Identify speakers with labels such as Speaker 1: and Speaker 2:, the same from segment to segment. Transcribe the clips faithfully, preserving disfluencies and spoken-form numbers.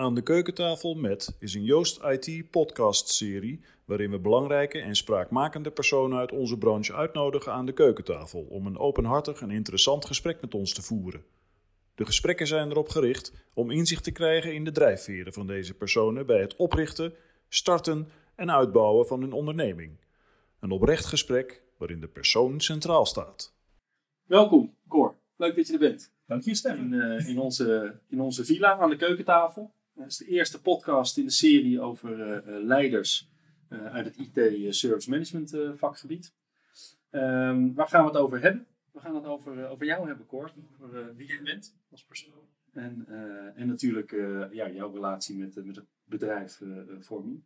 Speaker 1: Aan de keukentafel met is een Joost I T podcast-serie waarin we belangrijke en spraakmakende personen uit onze branche uitnodigen aan de keukentafel om een openhartig en interessant gesprek met ons te voeren. De gesprekken zijn erop gericht om inzicht te krijgen in de drijfveren van deze personen bij het oprichten, starten en uitbouwen van hun onderneming. Een oprecht gesprek waarin de persoon centraal staat.
Speaker 2: Welkom, Cor. Leuk dat je er bent.
Speaker 3: Dank je, Stefan.
Speaker 2: In, uh, in, onze, in onze villa aan de keukentafel. Het is de eerste podcast in de serie over uh, uh, leiders uh, uit het I T Service Management uh, vakgebied. Um, waar gaan we het over hebben? We gaan het over, uh, over jou hebben, Cor. Over uh, wie jij bent als persoon. En, uh, en natuurlijk uh, ja, jouw relatie met, uh, met het bedrijf uh, uh, Formie.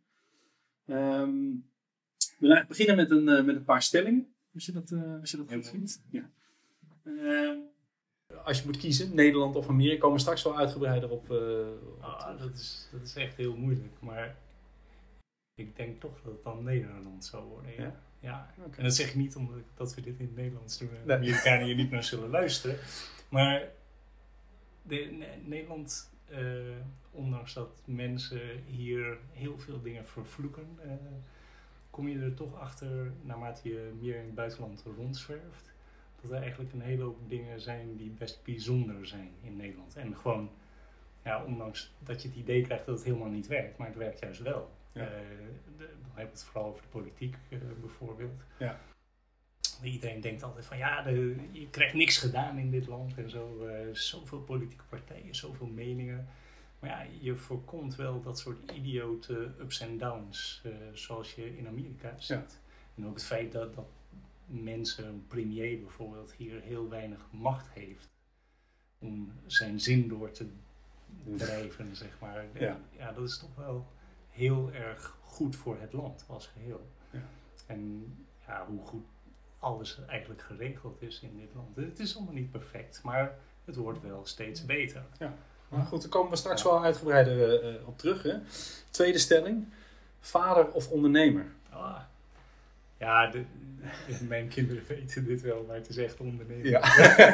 Speaker 2: Um, we gaan beginnen met een, uh, met een paar stellingen. Als je dat, uh, als je dat goed vindt. Ja. Um, Als je moet kiezen, Nederland of Amerika, komen we straks wel uitgebreider op. Uh,
Speaker 3: ah, dat, is, dat is echt heel moeilijk, maar ik denk toch dat het dan Nederland zou worden. Ja? Ja? Ja. Okay. En dat zeg ik niet omdat dat we dit in het Nederlands doen en de Amerikanen hier niet naar zullen luisteren. Maar de, ne- Nederland, uh, ondanks dat mensen hier heel veel dingen vervloeken, uh, kom je er toch achter naarmate je meer in het buitenland rondzwerft. Dat er eigenlijk een hele hoop dingen zijn die best bijzonder zijn in Nederland. En gewoon, ja, ondanks dat je het idee krijgt dat het helemaal niet werkt, maar het werkt juist wel. Ja. Uh, de, dan heb ik het vooral over de politiek uh, bijvoorbeeld.
Speaker 2: Ja.
Speaker 3: Iedereen denkt altijd van ja, de, je krijgt niks gedaan in dit land en zo. Uh, zoveel politieke partijen, zoveel meningen. Maar ja, je voorkomt wel dat soort idiote ups en downs uh, zoals je in Amerika ziet. Ja. En ook het feit dat, dat mensen, een premier bijvoorbeeld, hier heel weinig macht heeft om zijn zin door te drijven, zeg maar. Ja. ja, dat is toch wel heel erg goed voor het land als geheel. Ja. En ja, hoe goed alles eigenlijk geregeld is in dit land. Het is allemaal niet perfect, maar het wordt wel steeds beter.
Speaker 2: Ja. Maar goed, daar komen we straks ja. wel uitgebreider uh, op terug. Hè? Tweede stelling, vader of ondernemer?
Speaker 3: Ah. Ja, de, de, mijn kinderen weten dit wel, maar het is echt ondernemen.
Speaker 2: Ja.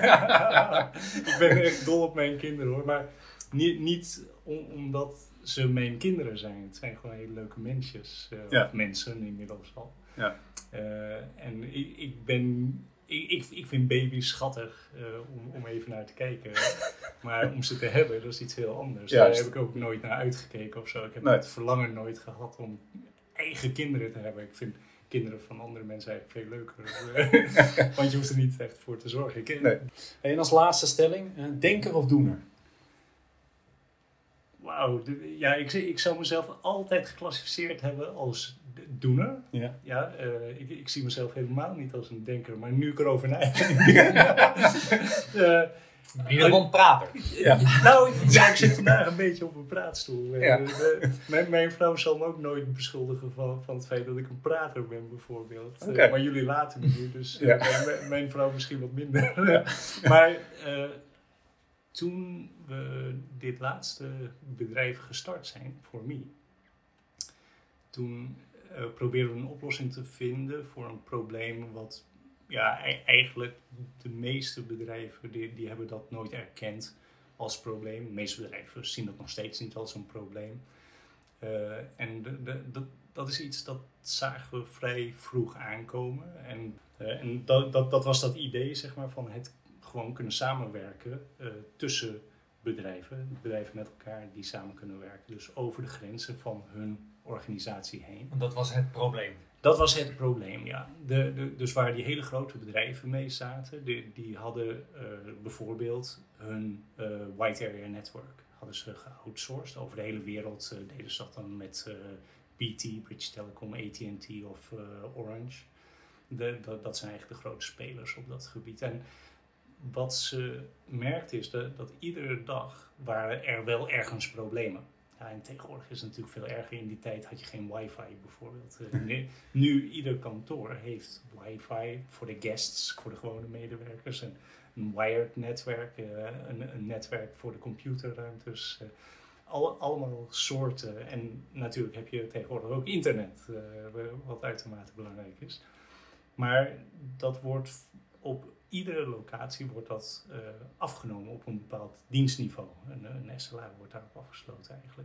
Speaker 3: Ik ben echt dol op mijn kinderen hoor, maar niet, niet om, omdat ze mijn kinderen zijn. Het zijn gewoon hele leuke mensjes, uh, ja. of mensen inmiddels al.
Speaker 2: Ja.
Speaker 3: Uh, en ik, ik ben, ik, ik, ik vind baby's schattig uh, om, om even naar te kijken. Maar om ze te hebben, dat is iets heel anders.
Speaker 2: Juist.
Speaker 3: Daar heb ik ook nooit naar uitgekeken of zo. Ik heb
Speaker 2: nee.
Speaker 3: het verlangen nooit gehad om eigen kinderen te hebben. Ik vind kinderen van andere mensen eigenlijk veel leuker. Want je hoeft er niet echt voor te zorgen. Ik,
Speaker 2: nee. En als laatste stelling, denker of doener?
Speaker 3: Wauw, ja, ik, ik zou mezelf altijd geclassificeerd hebben als doener.
Speaker 2: Ja.
Speaker 3: Ja, uh, ik, ik zie mezelf helemaal niet als een denker, maar nu ik erover nadenk. uh,
Speaker 4: In ieder geval een prater.
Speaker 3: Ja. Nou, ja, ik zit vandaag een beetje op een praatstoel.
Speaker 2: Ja.
Speaker 3: De, mijn, mijn vrouw zal me ook nooit beschuldigen van, van het feit dat ik een prater ben, bijvoorbeeld.
Speaker 2: Okay.
Speaker 3: Uh, maar jullie laten me nu, dus uh,
Speaker 2: ja.
Speaker 3: mijn, mijn vrouw misschien wat minder. Ja. Maar uh, toen we dit laatste bedrijf gestart zijn, Formie, toen uh, probeerden we een oplossing te vinden voor een probleem wat... Ja, eigenlijk de meeste bedrijven die, die hebben dat nooit erkend als probleem. De meeste bedrijven zien dat nog steeds niet als een probleem. Uh, en de, de, de, dat is iets dat zagen we vrij vroeg aankomen. En, uh, en dat, dat, dat was dat idee, zeg maar, van het gewoon kunnen samenwerken uh, tussen bedrijven. Bedrijven met elkaar die samen kunnen werken. Dus over de grenzen van hun organisatie heen.
Speaker 4: En dat was het probleem?
Speaker 3: Dat was het probleem, ja. De, de, dus waar die hele grote bedrijven mee zaten, die, die hadden uh, bijvoorbeeld hun uh, Wide Area Network hadden ze geoutsourced. Over de hele wereld uh, deden ze dat dan met uh, B T, British Telecom, A T and T of uh, Orange. De, dat, dat zijn eigenlijk de grote spelers op dat gebied. En wat ze merkten is dat, dat iedere dag waren er wel ergens problemen. Ja, en tegenwoordig is het natuurlijk veel erger. In die tijd had je geen wifi bijvoorbeeld. Uh, nu, nu ieder kantoor heeft wifi voor de guests, voor de gewone medewerkers. En een wired netwerk, uh, een, een netwerk voor de computerruimtes. Uh, al, allemaal soorten. En natuurlijk heb je tegenwoordig ook internet, uh, wat uitermate belangrijk is. Maar dat wordt op iedere locatie wordt dat uh, afgenomen op een bepaald dienstniveau. Een, een S L A wordt daarop afgesloten eigenlijk.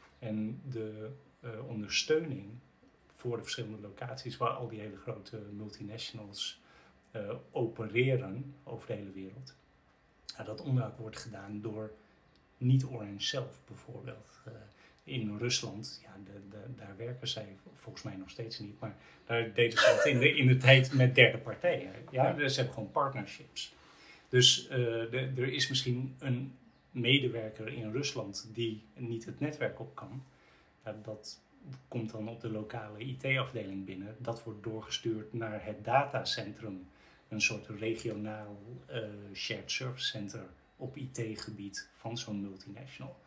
Speaker 3: En de uh, ondersteuning voor de verschillende locaties waar al die hele grote multinationals uh, opereren over de hele wereld. Uh, dat onderhoud wordt gedaan door niet Orange zelf bijvoorbeeld. Uh, in Rusland, ja, de, de, daar werken zij volgens mij nog steeds niet, maar daar deden ze dat in de, in de tijd met derde partijen. Ja, ja. Dus ze hebben gewoon partnerships. Dus uh, de, er is misschien een medewerker in Rusland die niet het netwerk op kan. Uh, dat komt dan op de lokale I T-afdeling binnen. Dat wordt doorgestuurd naar het datacentrum, een soort regionaal uh, shared service center op I T-gebied van zo'n multinational.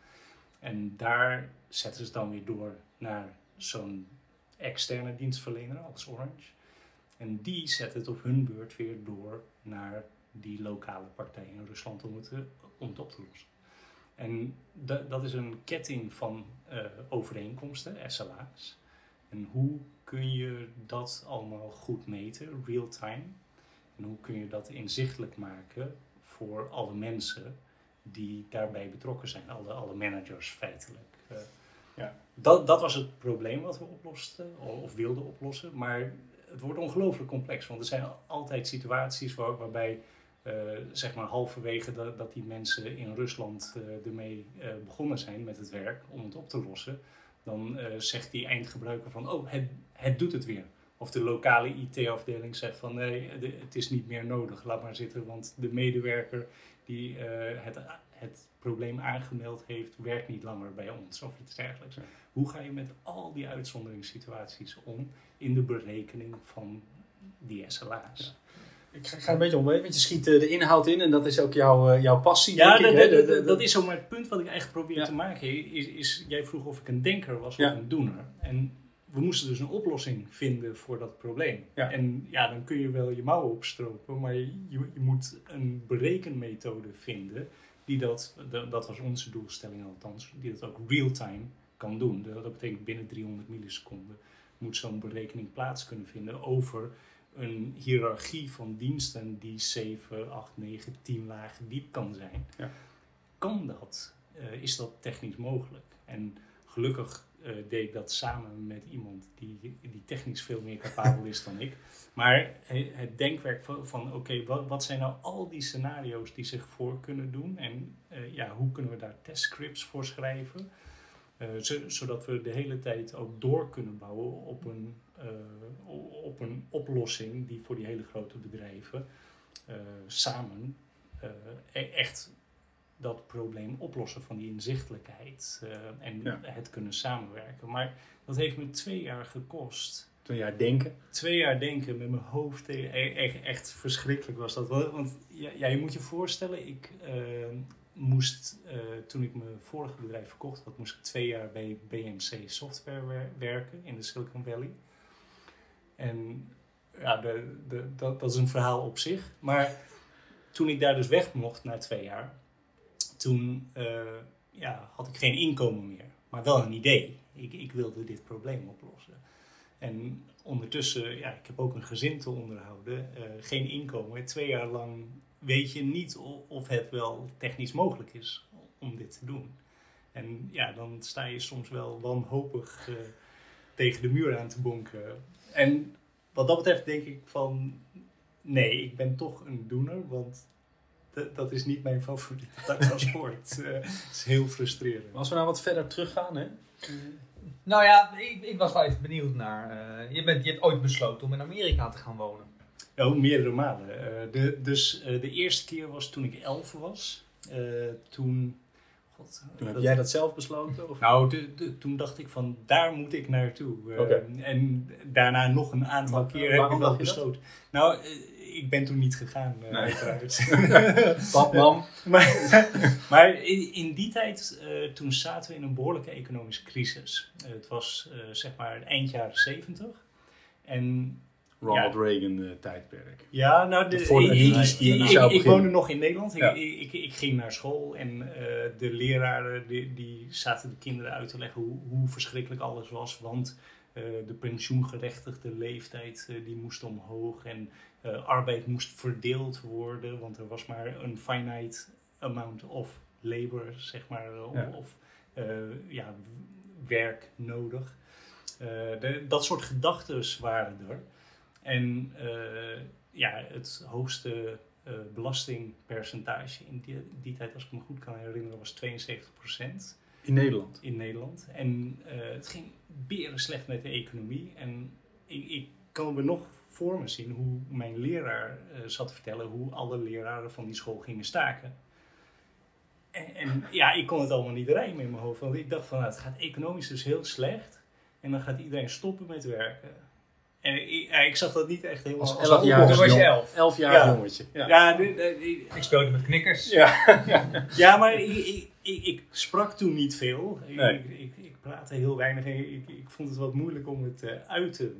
Speaker 3: En daar zetten ze dan weer door naar zo'n externe dienstverlener als Orange. En die zetten het op hun beurt weer door naar die lokale partij in Rusland om het, om het op te lossen. En dat, dat is een ketting van uh, overeenkomsten, S L A's. En hoe kun je dat allemaal goed meten, real time? En hoe kun je dat inzichtelijk maken voor alle mensen die daarbij betrokken zijn, alle, alle managers feitelijk. Uh, ja. dat, dat was het probleem wat we oplosten, of wilden oplossen, maar het wordt ongelooflijk complex, want er zijn altijd situaties waar, waarbij uh, zeg maar halverwege dat, dat die mensen in Rusland uh, ermee uh, begonnen zijn met het werk om het op te lossen, dan uh, zegt die eindgebruiker van, oh, het, het doet het weer. Of de lokale I T-afdeling zegt van, nee, de, het is niet meer nodig, laat maar zitten, want de medewerker die uh, het, het probleem aangemeld heeft, werkt niet langer bij ons of iets dergelijks. Ja. Hoe ga je met al die uitzonderingssituaties om in de berekening van die S L A's?
Speaker 2: Ja. Ik ga, ga een beetje omheen, want je schiet uh, de inhoud in en dat is ook jouw, uh, jouw passie.
Speaker 3: Ja,
Speaker 2: denk
Speaker 3: dat,
Speaker 2: ik,
Speaker 3: dat,
Speaker 2: hè?
Speaker 3: dat, dat is zo, maar het punt wat ik eigenlijk probeer
Speaker 2: ja.
Speaker 3: te maken is, is, jij vroeg of ik een denker was
Speaker 2: ja.
Speaker 3: of een doener. En we moesten dus een oplossing vinden voor dat probleem.
Speaker 2: Ja.
Speaker 3: En ja, dan kun je wel je mouwen opstropen, maar je, je moet een berekenmethode vinden die dat, dat was onze doelstelling althans, die dat ook real-time kan doen. Dat betekent binnen driehonderd milliseconden moet zo'n berekening plaats kunnen vinden over een hiërarchie van diensten die zeven, acht, negen, tien lagen diep kan zijn. Ja. Kan dat? Uh, is dat technisch mogelijk? En gelukkig uh, deed ik dat samen met iemand die, die technisch veel meer capabel is dan ik. Maar het denkwerk van, van oké, okay, wat, wat zijn nou al die scenario's die zich voor kunnen doen? En uh, ja, hoe kunnen we daar testscripts voor schrijven? Uh, zo, zodat we de hele tijd ook door kunnen bouwen op een, uh, op een oplossing die voor die hele grote bedrijven uh, samen uh, e- echt dat probleem oplossen van die inzichtelijkheid uh, en ja. het kunnen samenwerken. Maar dat heeft me twee jaar gekost.
Speaker 2: Twee jaar denken?
Speaker 3: Twee jaar denken met mijn hoofd. Echt, echt verschrikkelijk was dat. Want ja, ja, je moet je voorstellen, ik uh, moest, uh, toen ik mijn vorige bedrijf verkocht had, moest ik twee jaar bij B M C Software wer- werken in de Silicon Valley. En ja, de, de, dat, dat is een verhaal op zich. Maar toen ik daar dus weg mocht na twee jaar, toen uh, ja, had ik geen inkomen meer, maar wel een idee. Ik, ik wilde dit probleem oplossen. En ondertussen, ja, ik heb ook een gezin te onderhouden, uh, geen inkomen. Twee jaar lang weet je niet of, of het wel technisch mogelijk is om dit te doen. En ja, dan sta je soms wel wanhopig uh, tegen de muur aan te bonken. En wat dat betreft denk ik van, nee, ik ben toch een doener, want d- dat is niet mijn favoriete tak van sport. uh, Het is heel frustrerend.
Speaker 2: Maar als we nou wat verder teruggaan, hè?
Speaker 4: Uh, nou ja, ik, ik was wel even benieuwd naar, uh, je, bent, je hebt ooit besloten om in Amerika te gaan wonen.
Speaker 3: Oh, meerdere malen. Uh, de, dus uh, de eerste keer was toen ik elf was. Uh, toen... God,
Speaker 2: toen heb
Speaker 3: dat,
Speaker 2: jij dat zelf besloten? Of?
Speaker 3: Nou, de, de, toen dacht ik van, daar moet ik naartoe. Uh,
Speaker 2: okay.
Speaker 3: En daarna nog een aantal
Speaker 2: maar,
Speaker 3: keer heb ik wel besloten. Nou, uh, ik ben toen niet gegaan, uh, nee. uiteraard.
Speaker 2: Papman.
Speaker 3: maar maar in, in die tijd, uh, toen zaten we in een behoorlijke economische crisis. Uh, het was uh, zeg maar eind jaren zeventig. En
Speaker 2: Ronald ja. Reagan uh, tijdperk.
Speaker 3: Ja, nou, de,
Speaker 2: de
Speaker 3: ik,
Speaker 2: die,
Speaker 3: ik,
Speaker 2: die, die
Speaker 3: ik, ik woonde nog in Nederland.
Speaker 2: Ja.
Speaker 3: Ik, ik, ik ging naar school en uh, de leraren die, die zaten de kinderen uit te leggen hoe, hoe verschrikkelijk alles was. Want uh, de pensioengerechtigde leeftijd uh, die moest omhoog en uh, arbeid moest verdeeld worden, want er was maar een finite amount of labor, zeg maar, of,
Speaker 2: Ja.
Speaker 3: of uh, ja, werk nodig. Uh, de, dat soort gedachtes waren er. En uh, ja, het hoogste uh, belastingpercentage in die, die tijd, als ik me goed kan herinneren, was tweeënzeventig procent.
Speaker 2: In Nederland?
Speaker 3: In Nederland. En uh, het ging beren slecht met de economie. En ik, ik kan me nog voor me zien hoe mijn leraar uh, zat te vertellen hoe alle leraren van die school gingen staken. En, en ja, ik kon het allemaal niet rijmen in mijn hoofd. Want ik dacht van, nou, het gaat economisch dus heel slecht. En dan gaat iedereen stoppen met werken. En ik, ja, ik zag dat niet echt helemaal...
Speaker 2: Als
Speaker 3: als
Speaker 2: elf jaar
Speaker 4: Toen was je
Speaker 2: jong-
Speaker 4: elf.
Speaker 2: elf jaar
Speaker 3: Ja.
Speaker 2: jongetje. Ja.
Speaker 3: Ja, de, de, de-
Speaker 4: Ik speelde met knikkers.
Speaker 2: Ja.
Speaker 3: ja, maar ik, ik, ik, ik sprak toen niet veel. Ik,
Speaker 2: Nee.
Speaker 3: ik, ik, ik praatte heel weinig. En ik, ik vond het wat moeilijk om het uh, uit te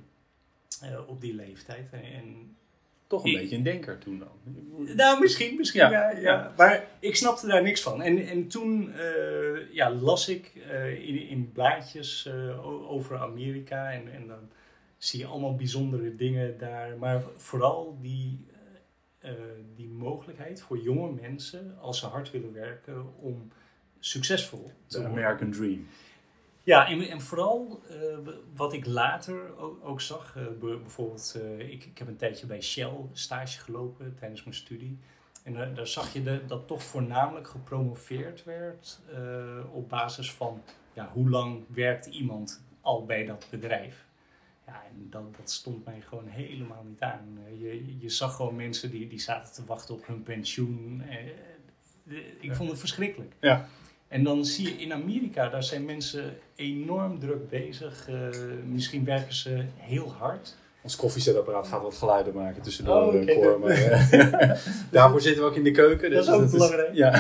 Speaker 3: uh, op die leeftijd. En, en
Speaker 2: Toch een
Speaker 3: Ik-
Speaker 2: beetje een denker toen dan.
Speaker 3: Nou, misschien, misschien
Speaker 2: Ja,
Speaker 3: ja, ja,
Speaker 2: ja.
Speaker 3: Maar ik snapte daar niks van. En, en toen uh, ja, las ik uh, in, in blaadjes uh, o- over Amerika. En, en dan zie je allemaal bijzondere dingen daar. Maar vooral die, uh, die mogelijkheid voor jonge mensen, als ze hard willen werken, om succesvol te
Speaker 2: De
Speaker 3: worden.
Speaker 2: American Dream.
Speaker 3: Ja, en, en vooral uh, wat ik later ook, ook zag, uh, be- bijvoorbeeld, uh, ik, ik heb een tijdje bij Shell stage gelopen tijdens mijn studie. En uh, daar zag je de, dat toch voornamelijk gepromoveerd werd uh, op basis van ja, hoe lang werkt iemand al bij dat bedrijf. Ja, en dat, dat stond mij gewoon helemaal niet aan. Uh, je, je zag gewoon mensen die, die zaten te wachten op hun pensioen. Uh, de, ik
Speaker 2: Ja.
Speaker 3: vond het verschrikkelijk.
Speaker 2: Ja.
Speaker 3: En dan zie je in Amerika, daar zijn mensen enorm druk bezig. Uh, misschien werken ze heel hard.
Speaker 2: Ons koffiezetapparaat gaat wat geluiden maken tussendoor.
Speaker 3: Oh,
Speaker 2: Oh,
Speaker 3: oké.
Speaker 2: Cor, maar, uh, daarvoor zitten we ook in de keuken.
Speaker 3: Dat is ook belangrijk.
Speaker 2: Ja.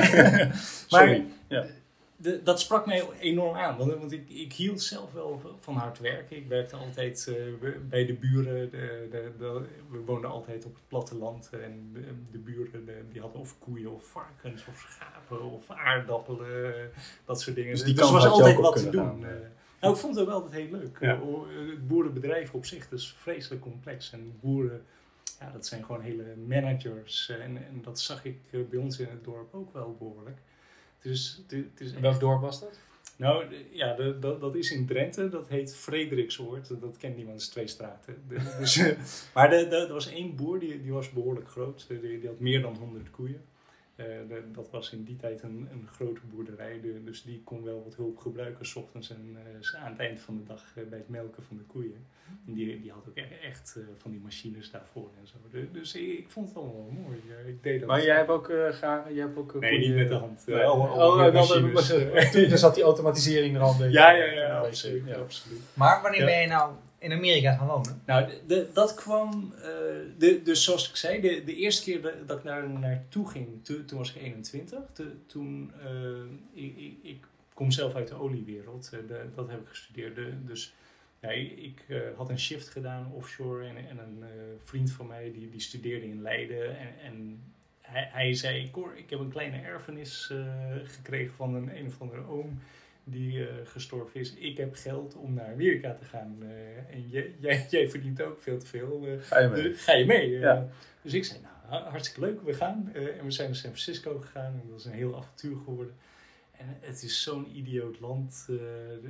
Speaker 2: Sorry. Ja.
Speaker 3: De, dat sprak mij enorm aan, want, want ik, ik hield zelf wel van hard werken. Ik werkte altijd uh, bij de buren. De, de, de, we woonden altijd op het platteland. En de, de buren de, die hadden of koeien of varkens of schapen of aardappelen. Dat soort dingen.
Speaker 2: Dus die
Speaker 3: er
Speaker 2: kant
Speaker 3: was
Speaker 2: had je
Speaker 3: altijd
Speaker 2: ook op
Speaker 3: wat te
Speaker 2: kunnen
Speaker 3: doen.
Speaker 2: gaan.
Speaker 3: Uh, nou, ik vond het wel altijd heel leuk.
Speaker 2: Ja.
Speaker 3: Uh, het boerenbedrijf op zich is vreselijk complex. En boeren, ja, dat zijn gewoon hele managers. En, en dat zag ik uh, bij ons in het dorp ook wel behoorlijk. Dus, het, het is
Speaker 2: En welk dorp was dat?
Speaker 3: nou, de- ja, de, dat, dat is in Drenthe. Dat heet Frederiksoord. Dat kent niemand, dat is twee straten. De- dus, eh, maar de, de, er was één boer, die, die was behoorlijk groot. Die, die had meer dan honderd koeien. Eh, de- dat was in die tijd een, een grote boerderij. De- dus die kon wel wat hulp gebruiken 's ochtends en eh, aan het eind van de dag eh, bij het melken van de koeien. En die, die had ook e- echt eh, van die machines daarvoor en zo. De- dus ik, ik vond het allemaal wel mooi. Eh, ik deed dat.
Speaker 2: Maar jij hebt ook uh, graag... Jij hebt ook, uh,
Speaker 3: Nee,
Speaker 2: goede-
Speaker 3: niet met de hand.
Speaker 2: Nee.
Speaker 3: Eh, allemaal-
Speaker 2: Oh,
Speaker 3: allemaal
Speaker 2: oh,
Speaker 3: met
Speaker 2: wel,
Speaker 3: machines.
Speaker 2: maar- toen zat die automatisering er al een beetje.
Speaker 3: Ja, ja, ja,
Speaker 2: een beetje,
Speaker 3: absoluut.
Speaker 2: ja.
Speaker 3: absoluut.
Speaker 4: Maar wanneer
Speaker 3: Ja.
Speaker 4: ben je nou in Amerika gaan wonen?
Speaker 3: Nou, de, de- dat kwam, uh, de, dus zoals ik zei, de, de eerste keer dat, dat ik daar naartoe ging, to, toen was ik eenentwintig. Te, toen, uh, ik, ik, ik kom zelf uit de oliewereld, uh, de, dat heb ik gestudeerd. De, dus ja, ik, ik uh, had een shift gedaan offshore en, en een uh, vriend van mij die, die studeerde in Leiden. En, en hij, hij zei, Cor, ik heb een kleine erfenis uh, gekregen van een een of andere oom die uh, gestorven is. Ik heb geld om naar Amerika te gaan. Uh, en jij, jij, jij verdient ook veel te veel. Uh,
Speaker 2: Ga je mee?
Speaker 3: dus ga je mee? Uh,
Speaker 2: Ja.
Speaker 3: Dus ik zei, nou, hartstikke leuk, we gaan. Uh, en we zijn naar San Francisco gegaan. En dat is een heel avontuur geworden. En het is zo'n idioot land. Uh,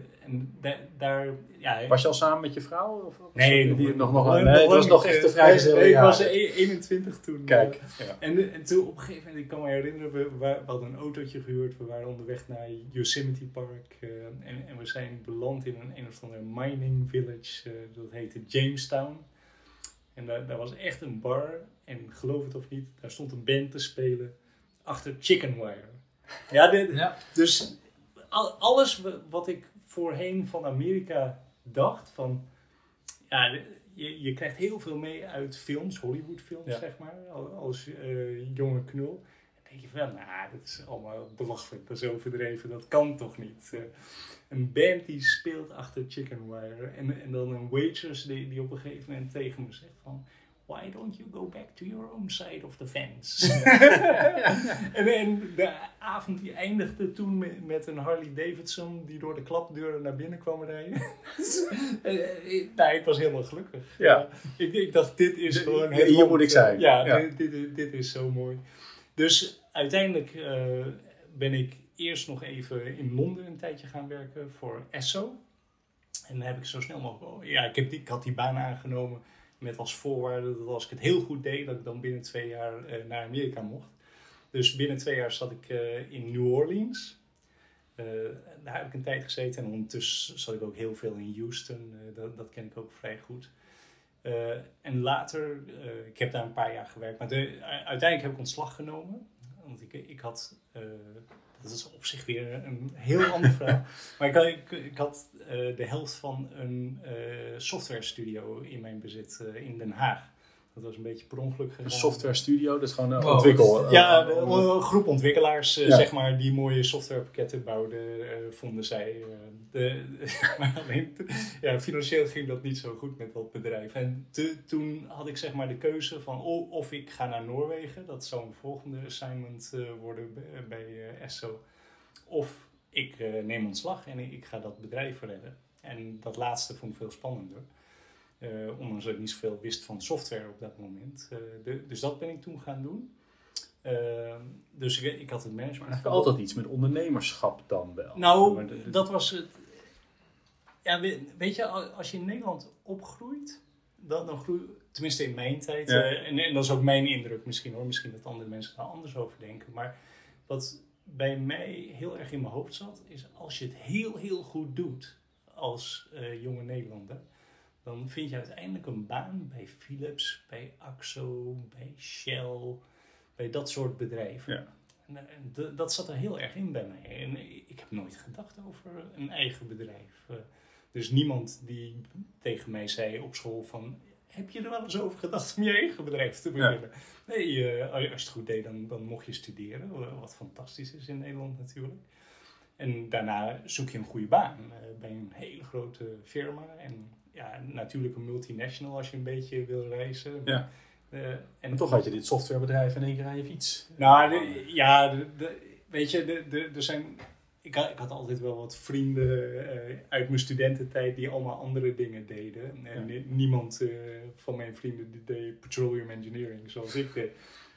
Speaker 3: en da- daar... Ja,
Speaker 2: Was je al samen met je vrouw? Of, of
Speaker 3: Nee,
Speaker 2: die,
Speaker 3: nog-
Speaker 2: nog,
Speaker 3: nog-
Speaker 2: nog,
Speaker 3: nog-
Speaker 2: nee,
Speaker 3: nog
Speaker 2: het was
Speaker 3: lang
Speaker 2: nog
Speaker 3: niet.
Speaker 2: echt de
Speaker 3: Nee,
Speaker 2: vrijgezelle
Speaker 3: nee, ik
Speaker 2: jaren.
Speaker 3: was e- eenentwintig toen.
Speaker 2: Kijk.
Speaker 3: Uh,
Speaker 2: Ja.
Speaker 3: en, en toen op een gegeven moment, ik kan me herinneren, we, we hadden een autootje gehuurd. We waren onderweg naar Yosemite Park. Uh, en, en we zijn beland in een, een of andere mining village. Uh, dat heette Jamestown. En daar, daar was echt een bar. En geloof het of niet, daar stond een band te spelen achter Chicken Wire. Ja, dit,
Speaker 4: Ja.
Speaker 3: dus al- alles w- wat ik voorheen van Amerika dacht, van ja, de- je, je krijgt heel veel mee uit films, Hollywoodfilms
Speaker 2: Ja.
Speaker 3: zeg maar, al- als uh, jonge knul. Dan denk je van, nou, dat is allemaal belachelijk, dat is overdreven, dat kan toch niet. Uh, een band die speelt achter Chicken Wire en, en dan een waitress die, die op een gegeven moment tegen me zegt van, why don't you go back to your own side of the fence? en, en de avond die eindigde toen met, met een Harley Davidson die door de klapdeuren naar binnen kwam rijden. nou, ik was helemaal gelukkig.
Speaker 2: Ja.
Speaker 3: Uh, ik, ik dacht, dit is
Speaker 2: de,
Speaker 3: gewoon...
Speaker 2: Hier
Speaker 3: het
Speaker 2: moet ik zijn.
Speaker 3: Ja,
Speaker 2: ja.
Speaker 3: Dit, dit, dit is zo mooi. Dus uiteindelijk uh, ben ik eerst nog even in Londen een tijdje gaan werken voor Esso. En dan heb ik zo snel mogelijk... Ja, ik, heb die, ik had die baan aangenomen met als voorwaarde dat als ik het heel goed deed, dat ik dan binnen twee jaar uh, naar Amerika mocht. Dus binnen twee jaar zat ik uh, in New Orleans. Uh, daar heb ik een tijd gezeten. En ondertussen zat ik ook heel veel in Houston. Uh, dat, dat ken ik ook vrij goed. Uh, en later, uh, ik heb daar een paar jaar gewerkt. Maar de, uh, uiteindelijk heb ik ontslag genomen. Want ik, ik had... Uh, dat is op zich weer een heel ander verhaal. Maar ik had, ik, ik had uh, de helft van een uh, software studio in mijn bezit uh, in Den Haag. Dat was een beetje per ongeluk gegaan.
Speaker 2: Een software studio, dat is gewoon een
Speaker 4: wow.
Speaker 2: ontwikkel. Uh,
Speaker 3: ja, een, een groep ontwikkelaars, uh,
Speaker 2: ja.
Speaker 3: zeg maar, die mooie softwarepakketten bouwden, uh, vonden zij. Uh, de, maar alleen, ja, financieel ging dat niet zo goed met dat bedrijf. En te, toen had ik zeg maar de keuze van oh, of ik ga naar Noorwegen, dat zou een volgende assignment uh, worden bij, bij uh, Esso. Of ik uh, neem ontslag en ik, ik ga dat bedrijf redden. En dat laatste vond ik veel spannender. Uh, ondanks dat ik niet zoveel wist van software op dat moment. Uh, de, dus dat ben ik toen gaan doen. Uh, dus ik, ik had het management.
Speaker 2: Maar altijd iets met ondernemerschap dan wel.
Speaker 3: Nou,
Speaker 2: maar de, de,
Speaker 3: dat was het. Ja, weet je, als je in Nederland opgroeit, dan, dan groei tenminste in mijn tijd,
Speaker 2: ja.
Speaker 3: uh, en, en dat is ook mijn indruk misschien hoor, misschien dat andere mensen daar anders over denken. Maar wat bij mij heel erg in mijn hoofd zat, is als je het heel, heel goed doet als uh, jonge Nederlander, dan vind je uiteindelijk een baan bij Philips, bij Axo, bij Shell, bij dat soort bedrijven.
Speaker 2: Ja.
Speaker 3: En, en d- dat zat er heel erg in bij mij. En ik heb nooit gedacht over een eigen bedrijf. Uh, dus niemand die tegen mij zei op school van, heb je er wel eens over gedacht om je eigen bedrijf te beginnen? Ja. Nee, uh, als je het goed deed, dan, dan mocht je studeren, wat fantastisch is in Nederland natuurlijk. En daarna zoek je een goede baan uh, bij een hele grote firma. En ja, natuurlijk een multinational als je een beetje wil reizen.
Speaker 2: Ja.
Speaker 3: Uh, en
Speaker 2: maar toch had je dit softwarebedrijf in één keer aan je fiets.
Speaker 3: Nou, de, ja, de, de, weet je, de, de, er zijn... Ik had, ik had altijd wel wat vrienden uh, uit mijn studententijd die allemaal andere dingen deden. En ja. niemand uh, van mijn vrienden die deed petroleum engineering zoals ik deed.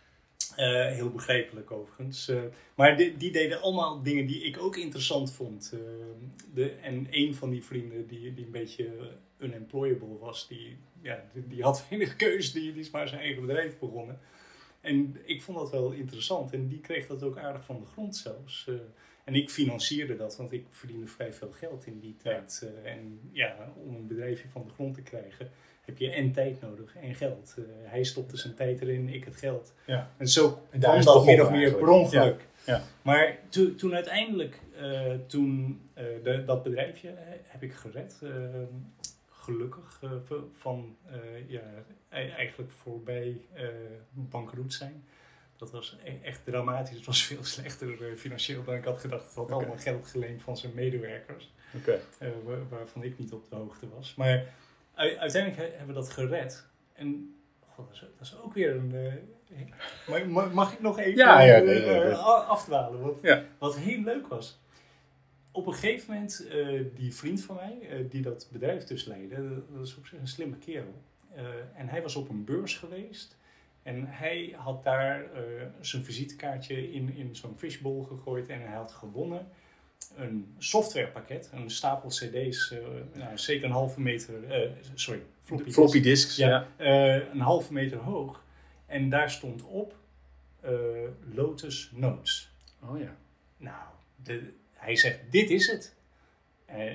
Speaker 3: Uh, heel begrijpelijk overigens. Uh, maar die, die deden allemaal dingen die ik ook interessant vond. Uh, de, en een van die vrienden die, die een beetje unemployable was, die, ja, die, die had weinig keus, die, die is maar zijn eigen bedrijf begonnen. En ik vond dat wel interessant en die kreeg dat ook aardig van de grond zelfs. Uh, en ik financierde dat, want ik verdiende vrij veel geld in die tijd. Uh, en ja, om een bedrijfje van de grond te krijgen, heb je en tijd nodig en geld. Uh, hij stopte zijn tijd erin, ik het geld.
Speaker 2: Ja.
Speaker 3: En zo
Speaker 2: en daar
Speaker 3: kwam
Speaker 2: is
Speaker 3: dat
Speaker 2: het
Speaker 3: min of meer per ongeluk.
Speaker 2: Ja. Ja.
Speaker 3: Maar to, toen uiteindelijk, uh, toen uh, de, dat bedrijfje uh, heb ik gered. Uh, gelukkig uh, van uh, ja, eigenlijk voorbij uh, bankroet zijn. Dat was e- echt dramatisch. Het was veel slechter uh, financieel dan ik had gedacht. Het had okay. allemaal geld geleend van zijn medewerkers.
Speaker 2: Okay.
Speaker 3: Uh, waar, waarvan ik niet op de hoogte was. Maar u- uiteindelijk he- hebben we dat gered. En god, dat, is, dat is ook weer een... Uh, mag, mag ik nog even
Speaker 2: ja, ja,
Speaker 3: uh,
Speaker 2: nee, nee, nee.
Speaker 3: uh, afdwalen? Wat,
Speaker 2: ja.
Speaker 3: wat heel leuk was. Op een gegeven moment, uh, die vriend van mij, uh, die dat bedrijf dus leidde, dat is op zich een slimme kerel. Uh, en hij was op een beurs geweest. En hij had daar uh, zijn visitekaartje in, in zo'n fishbowl gegooid. En hij had gewonnen een softwarepakket, een stapel cd's, uh, nou, zeker een halve meter, uh, sorry, floppy,
Speaker 2: floppy disks.
Speaker 3: Ja, ja. Uh, een halve meter hoog. En daar stond op uh, Lotus Notes.
Speaker 2: Oh ja.
Speaker 3: Nou, de, hij zegt, dit is het. Uh,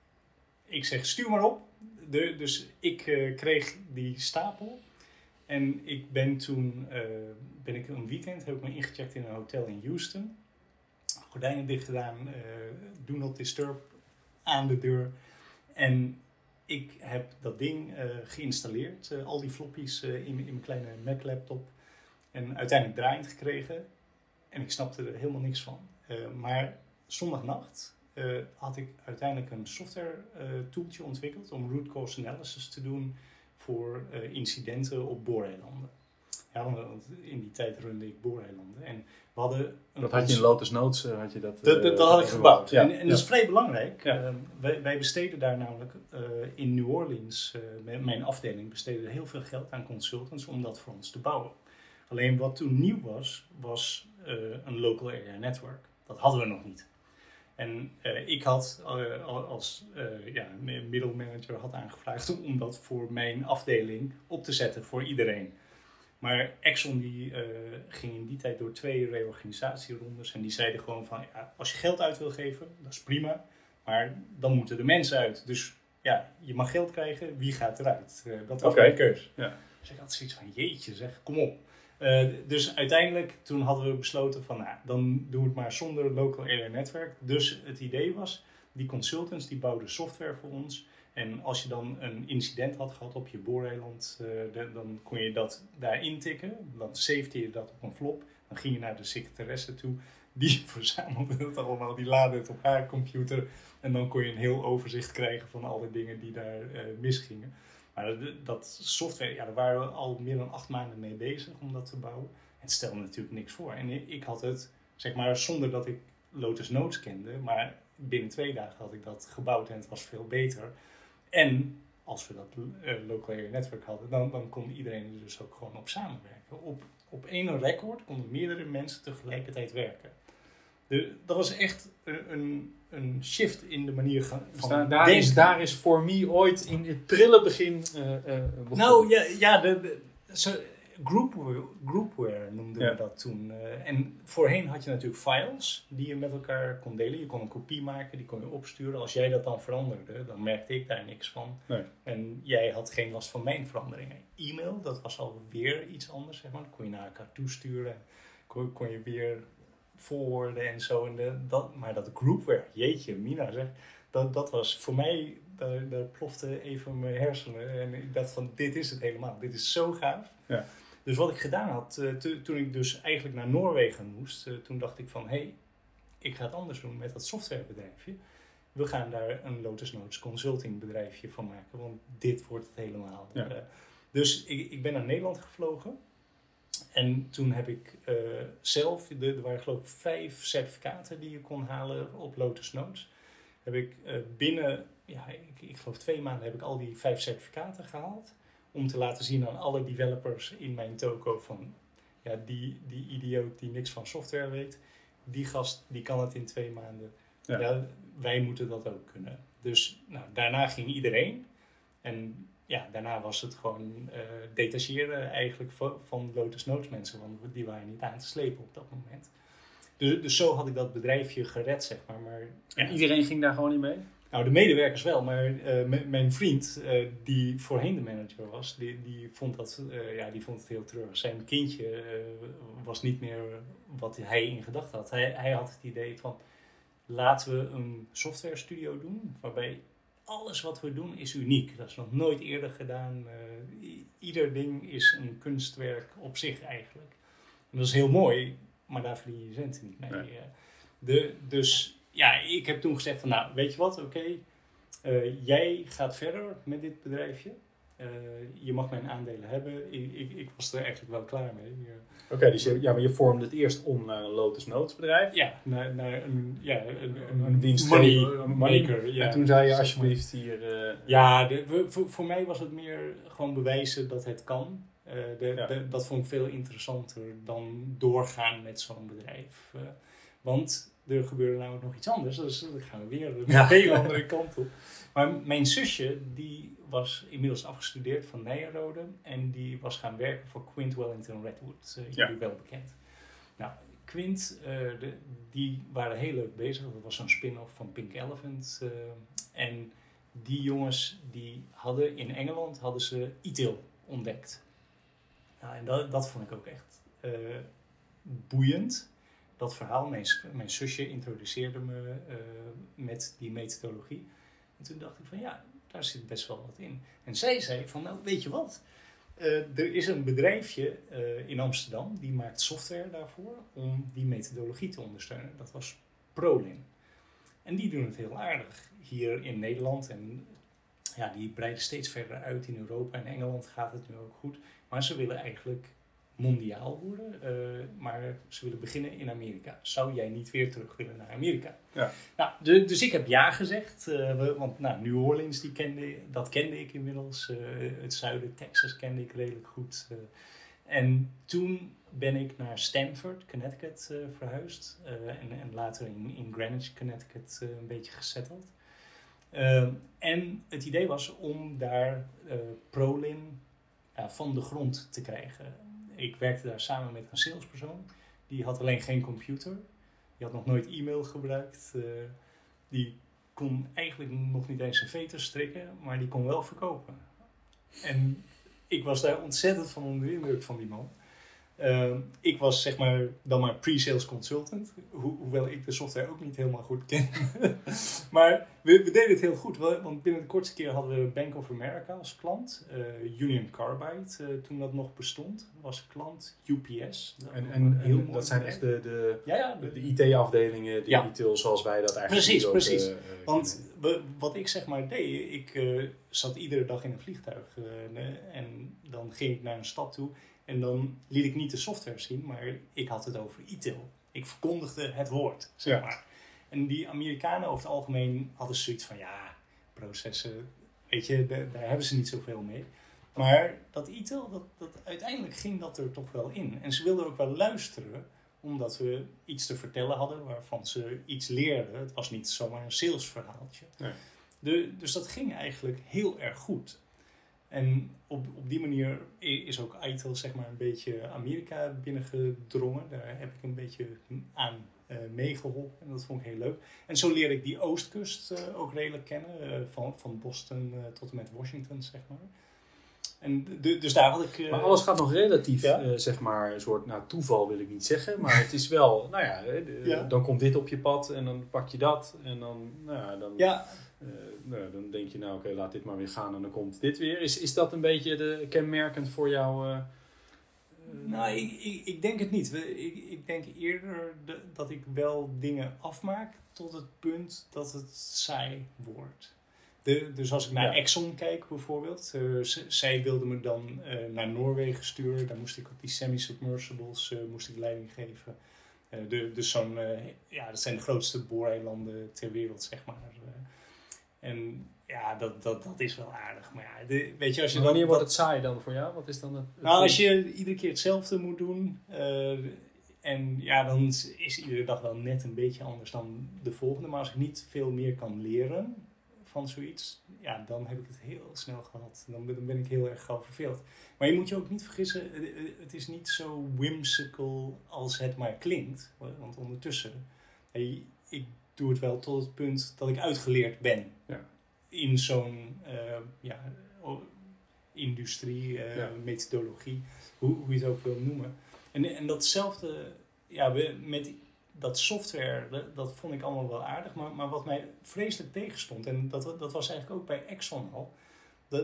Speaker 3: ik zeg, stuur maar op. De, dus ik uh, kreeg die stapel. En ik ben toen, uh, ben ik een weekend, heb ik me ingecheckt in een hotel in Houston. Gordijnen dicht gedaan, uh, do not disturb aan de deur. En ik heb dat ding uh, geïnstalleerd, uh, al die floppies uh, in, in mijn kleine Mac laptop. En uiteindelijk draaiend gekregen. En ik snapte er helemaal niks van. Uh, maar zondagnacht uh, had ik uiteindelijk een software uh, tooltje ontwikkeld om root cause analysis te doen voor uh, incidenten op booreilanden. Ja, want in die tijd runde ik booreilanden. En we hadden een
Speaker 2: dat had je in Lotus Notes, uh, had je dat... Uh,
Speaker 3: dat, dat, dat had ik gebouwd.
Speaker 2: Ja.
Speaker 3: En, en
Speaker 2: ja.
Speaker 3: dat is vrij belangrijk.
Speaker 2: Ja.
Speaker 3: Uh, wij, wij besteden daar namelijk uh, in New Orleans, uh, mijn afdeling besteedde heel veel geld aan consultants om dat voor ons te bouwen. Alleen wat toen nieuw was, was uh, een local area network. Dat hadden we nog niet. En uh, ik had uh, als uh, ja, middelmanager had aangevraagd om dat voor mijn afdeling op te zetten voor iedereen. Maar Exxon die, uh, ging in die tijd door twee reorganisatierondes en die zeiden gewoon van ja, als je geld uit wil geven, dat is prima, maar dan moeten de mensen uit. Dus ja, je mag geld krijgen, wie gaat eruit? Uh, dat was
Speaker 2: okay.
Speaker 3: mijn keus.
Speaker 2: Ja.
Speaker 3: Dus ik had zoiets van jeetje zeg, kom op. Uh, dus uiteindelijk toen hadden we besloten van nou, dan doen we het maar zonder local area netwerk. Dus het idee was, die consultants die bouwden software voor ons. En als je dan een incident had gehad op je booreiland, uh, de, dan kon je dat daar intikken. Dan savede je dat op een flop. Dan ging je naar de secretaresse toe. Die verzamelde dat allemaal, die laadde het op haar computer. En dan kon je een heel overzicht krijgen van alle dingen die daar uh, misgingen. Maar dat software, ja, daar waren we al meer dan acht maanden mee bezig om dat te bouwen. En het stelde natuurlijk niks voor. En ik had het, zeg maar, zonder dat ik Lotus Notes kende. Maar binnen twee dagen had ik dat gebouwd en het was veel beter. En als we dat uh, local area network hadden, dan, dan kon iedereen er dus ook gewoon op samenwerken. Op, op één record konden meerdere mensen tegelijkertijd werken. De, dat was echt een, een shift in de manier van
Speaker 2: dus daar, daar, is, daar is voor mij ooit in het prille begin uh, uh, begonnen.
Speaker 3: Nou ja, ja de, de, zo, groupware, groupware noemden
Speaker 2: ja.
Speaker 3: we dat toen. Uh, en voorheen had je natuurlijk files die je met elkaar kon delen. Je kon een kopie maken, die kon je opsturen. Als jij dat dan veranderde, dan merkte ik daar niks van.
Speaker 2: Nee.
Speaker 3: En jij had geen last van mijn veranderingen. E-mail, dat was alweer iets anders, zeg maar. Dat kon je naar elkaar toesturen. Kon, kon je weer forwarden en zo. En de, dat, maar dat groupware, jeetje, Mina zeg, dat, dat was voor mij, daar, daar plofte even mijn hersenen. En ik dacht van, dit is het helemaal. Dit is zo gaaf.
Speaker 2: Ja.
Speaker 3: Dus wat ik gedaan had, uh, to, toen ik dus eigenlijk naar Noorwegen moest, uh, toen dacht ik van, hé, hey, ik ga het anders doen met dat softwarebedrijfje. We gaan daar een Lotus Notes consulting bedrijfje van maken, want dit wordt het helemaal.
Speaker 2: Ja.
Speaker 3: Uh, dus ik, ik ben naar Nederland gevlogen. En toen heb ik uh, zelf, de, er waren geloof ik vijf certificaten die je kon halen op Lotus Notes. Heb ik uh, binnen, ja, ik, ik geloof twee maanden heb ik al die vijf certificaten gehaald. Om te laten zien aan alle developers in mijn toko van, ja, die, die idioot die niks van software weet, die gast die kan het in twee maanden. Ja. Ja, wij moeten dat ook kunnen. Dus nou, daarna ging iedereen. En ja, daarna was het gewoon uh, detacheren eigenlijk van, van Lotus Notes mensen, want die waren niet aan te slepen op dat moment. Dus, dus zo had ik dat bedrijfje gered, zeg maar. maar ja.
Speaker 2: En iedereen ging daar gewoon niet mee?
Speaker 3: Nou, de medewerkers wel, maar uh, m- mijn vriend, uh, die voorheen de manager was, die, die, vond dat, uh, ja, die vond het heel treurig. Zijn kindje uh, was niet meer wat hij in gedachten had. Hij, hij had het idee van, laten we een software studio doen, waarbij alles wat we doen is uniek. Dat is nog nooit eerder gedaan. Uh, i- ieder ding is een kunstwerk op zich eigenlijk. En dat is heel mooi, maar daar verdien je je centen niet mee.
Speaker 2: Nee.
Speaker 3: Uh, de, dus ja, ik heb toen gezegd van nou, weet je wat, oké. Okay, uh, jij gaat verder met dit bedrijfje. Uh, je mag mijn aandelen hebben. Ik, ik, ik was er eigenlijk wel klaar mee. Uh,
Speaker 2: Oké, okay, dus je, ja, maar je vormde het eerst om naar een Lotus Notes bedrijf.
Speaker 3: Ja, naar, naar een, ja, een,
Speaker 2: een, een winstmaker.
Speaker 3: Money, ja.
Speaker 2: En toen zei je alsjeblieft hier... Uh,
Speaker 3: ja, de, voor, voor mij was het meer gewoon bewijzen dat het kan. Uh, de,
Speaker 2: ja.
Speaker 3: de, dat vond ik veel interessanter dan doorgaan met zo'n bedrijf. Uh, want er gebeurde namelijk nog iets anders. Dus dan gaan we weer een ja. hele andere kant op. Maar mijn zusje, die was inmiddels afgestudeerd van Nyenrode. En die was gaan werken voor Quint Wellington Redwood. Uh, jullie ja. wel bekend. Nou, Quint, uh, de, die waren heel leuk bezig. Dat was zo'n spin-off van Pink Elephant. Uh, en die jongens, die hadden in Engeland hadden ze I T I L ontdekt. Nou, en dat, dat vond ik ook echt uh, boeiend. Dat verhaal, mijn, mijn zusje introduceerde me uh, met die methodologie. En toen dacht ik van ja, daar zit best wel wat in. En zij zei van nou, weet je wat? Uh, er is een bedrijfje uh, in Amsterdam, die maakt software daarvoor om die methodologie te ondersteunen. Dat was Prolin. En die doen het heel aardig hier in Nederland en ja, die breiden steeds verder uit in Europa. In Engeland gaat het nu ook goed. Maar ze willen eigenlijk mondiaal worden. Uh, maar ze willen beginnen in Amerika. Zou jij niet weer terug willen naar Amerika?
Speaker 2: Ja.
Speaker 3: Nou, de, dus ik heb ja gezegd. Uh, we, want nou, New Orleans, die kende, dat kende ik inmiddels. Uh, het zuiden, Texas kende ik redelijk goed. Uh, en toen ben ik naar Stamford, Connecticut uh, verhuisd. Uh, en, en later in, in Greenwich, Connecticut uh, een beetje gesetteld. Uh, en het idee was om daar uh, Prolin uh, van de grond te krijgen. Ik werkte daar samen met een salespersoon. Die had alleen geen computer. Die had nog nooit e-mail gebruikt. Uh, die kon eigenlijk nog niet eens een veter strikken, maar die kon wel verkopen. En ik was daar ontzettend van onder de indruk van die man. Uh, ik was zeg maar dan maar pre-sales consultant, ho- hoewel ik de software ook niet helemaal goed ken. Maar we, we deden het heel goed, want binnen de kortste keer hadden we Bank of America als klant. Uh, Union Carbide, uh, toen dat nog bestond, was klant. U P S. Dat
Speaker 5: En, en,
Speaker 3: heel
Speaker 5: en
Speaker 3: mooi
Speaker 5: dat zijn echt de, de,
Speaker 3: ja, ja,
Speaker 5: de, de I T-afdelingen, de
Speaker 3: Ja.
Speaker 5: I T L zoals wij dat eigenlijk
Speaker 3: Precies,
Speaker 5: ook,
Speaker 3: precies.
Speaker 5: uh, uh,
Speaker 3: Want we, wat ik zeg maar deed, ik uh, zat iedere dag in een vliegtuig uh, ne, en dan ging ik naar een stad toe en dan liet ik niet de software zien, maar ik had het over I T L. Ik verkondigde het woord, zeg
Speaker 5: Ja.
Speaker 3: maar. En die Amerikanen over het algemeen hadden zoiets van, ja, processen, weet je, de, daar hebben ze niet zoveel mee. Maar dat I T L, dat, dat, uiteindelijk ging dat er toch wel in. En ze wilden ook wel luisteren, omdat we iets te vertellen hadden waarvan ze iets leerden. Het was niet zomaar een salesverhaaltje.
Speaker 5: Nee.
Speaker 3: De, dus dat ging eigenlijk heel erg goed. En op, op die manier is ook I T L zeg maar een beetje Amerika binnengedrongen. Daar heb ik een beetje aan uh, meegeholpen en dat vond ik heel leuk. En zo leerde ik die oostkust uh, ook redelijk kennen, uh, van, van Boston uh, tot en met Washington zeg maar. En de, dus daar had ik... Uh,
Speaker 5: Maar alles gaat nog relatief,
Speaker 3: Ja.
Speaker 5: uh, zeg maar, een soort, nou toeval wil ik niet zeggen, maar het is wel, nou ja, de,
Speaker 3: Ja.
Speaker 5: dan komt dit op je pad en dan pak je dat en dan, nou ja, dan,
Speaker 3: ja,
Speaker 5: uh, nou, dan denk je, nou oké, laat dit maar weer gaan en dan komt dit weer. Is, is dat een beetje de, kenmerkend voor jou? Uh,
Speaker 3: nou, ik, ik, ik denk het niet. We- Ik, ik denk eerder de, dat ik wel dingen afmaak tot het punt dat het saai wordt. De, dus als ik naar
Speaker 5: Ja.
Speaker 3: Exxon kijk bijvoorbeeld, uh, z- zij wilden me dan uh, naar Noorwegen sturen. Daar moest ik op die semi-submersibles uh, moest ik leiding geven. Uh, de, dus zo'n, uh, ja, dat zijn de grootste booreilanden ter wereld, zeg maar. Uh, en ja, dat, dat, dat is wel aardig. Maar ja, de, weet je, als je
Speaker 5: wanneer
Speaker 3: dan,
Speaker 5: wordt
Speaker 3: dat-
Speaker 5: het saai dan voor jou? Wat is dan het, het
Speaker 3: nou, als je iedere keer hetzelfde moet doen, uh, en ja, dan is is iedere dag wel net een beetje anders dan de volgende. Maar als ik niet veel meer kan leren van zoiets, ja, dan heb ik het heel snel gehad. Dan ben, dan ben ik heel erg gauw verveeld. Maar je moet je ook niet vergissen, eh, eh, het is niet zo whimsical als het maar klinkt. Want ondertussen, hey, ik doe het wel tot het punt dat ik uitgeleerd ben.
Speaker 5: Ja.
Speaker 3: In zo'n uh, ja, o- industrie, uh,
Speaker 5: Ja.
Speaker 3: methodologie, hoe, hoe je het ook wil noemen. En, en datzelfde, ja, we, met dat software, dat, dat vond ik allemaal wel aardig, maar, maar wat mij vreselijk tegenstond, en dat, dat was eigenlijk ook bij Exxon al, dat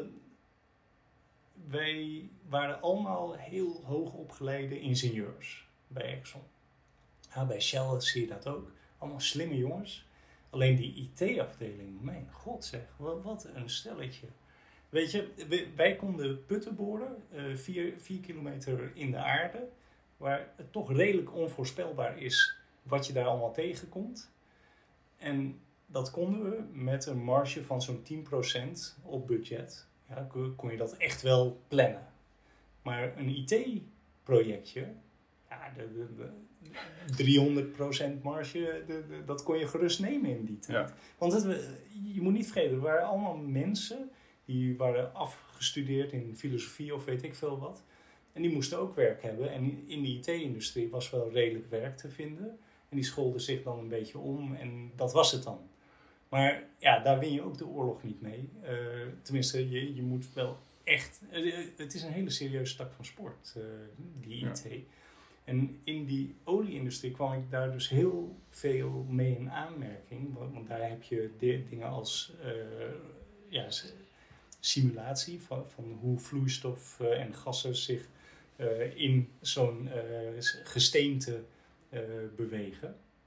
Speaker 3: wij waren allemaal heel hoog opgeleide ingenieurs bij Exxon. Ja, bij Shell zie je dat ook. Allemaal slimme jongens. Alleen die I T-afdeling, mijn god zeg, wat, wat een stelletje. Weet je, wij, wij konden putten boren, uh, vier, vier kilometer in de aarde, waar het toch redelijk onvoorspelbaar is wat je daar allemaal tegenkomt. En dat konden we met een marge van zo'n tien procent op budget. Ja, kon, kon je dat echt wel plannen. Maar een I T-projectje, ja, de, de, de driehonderd procent marge, de, de, dat kon je gerust nemen in die tijd.
Speaker 5: Ja.
Speaker 3: Want het, je moet niet vergeten, er waren allemaal mensen die waren afgestudeerd in filosofie of weet ik veel wat. En die moesten ook werk hebben. En in de I T-industrie was wel redelijk werk te vinden. En die schoolden zich dan een beetje om en dat was het dan. Maar ja, daar win je ook de oorlog niet mee. Uh, tenminste, je, je moet wel echt... Uh, het is een hele serieuze tak van sport, uh, die I T. Ja. En in die olie-industrie kwam ik daar dus heel veel mee in aanmerking. Want, want daar heb je de, dingen als uh, ja, simulatie van, van hoe vloeistof uh, en gassen zich uh, in zo'n uh, gesteente uh, bewegen.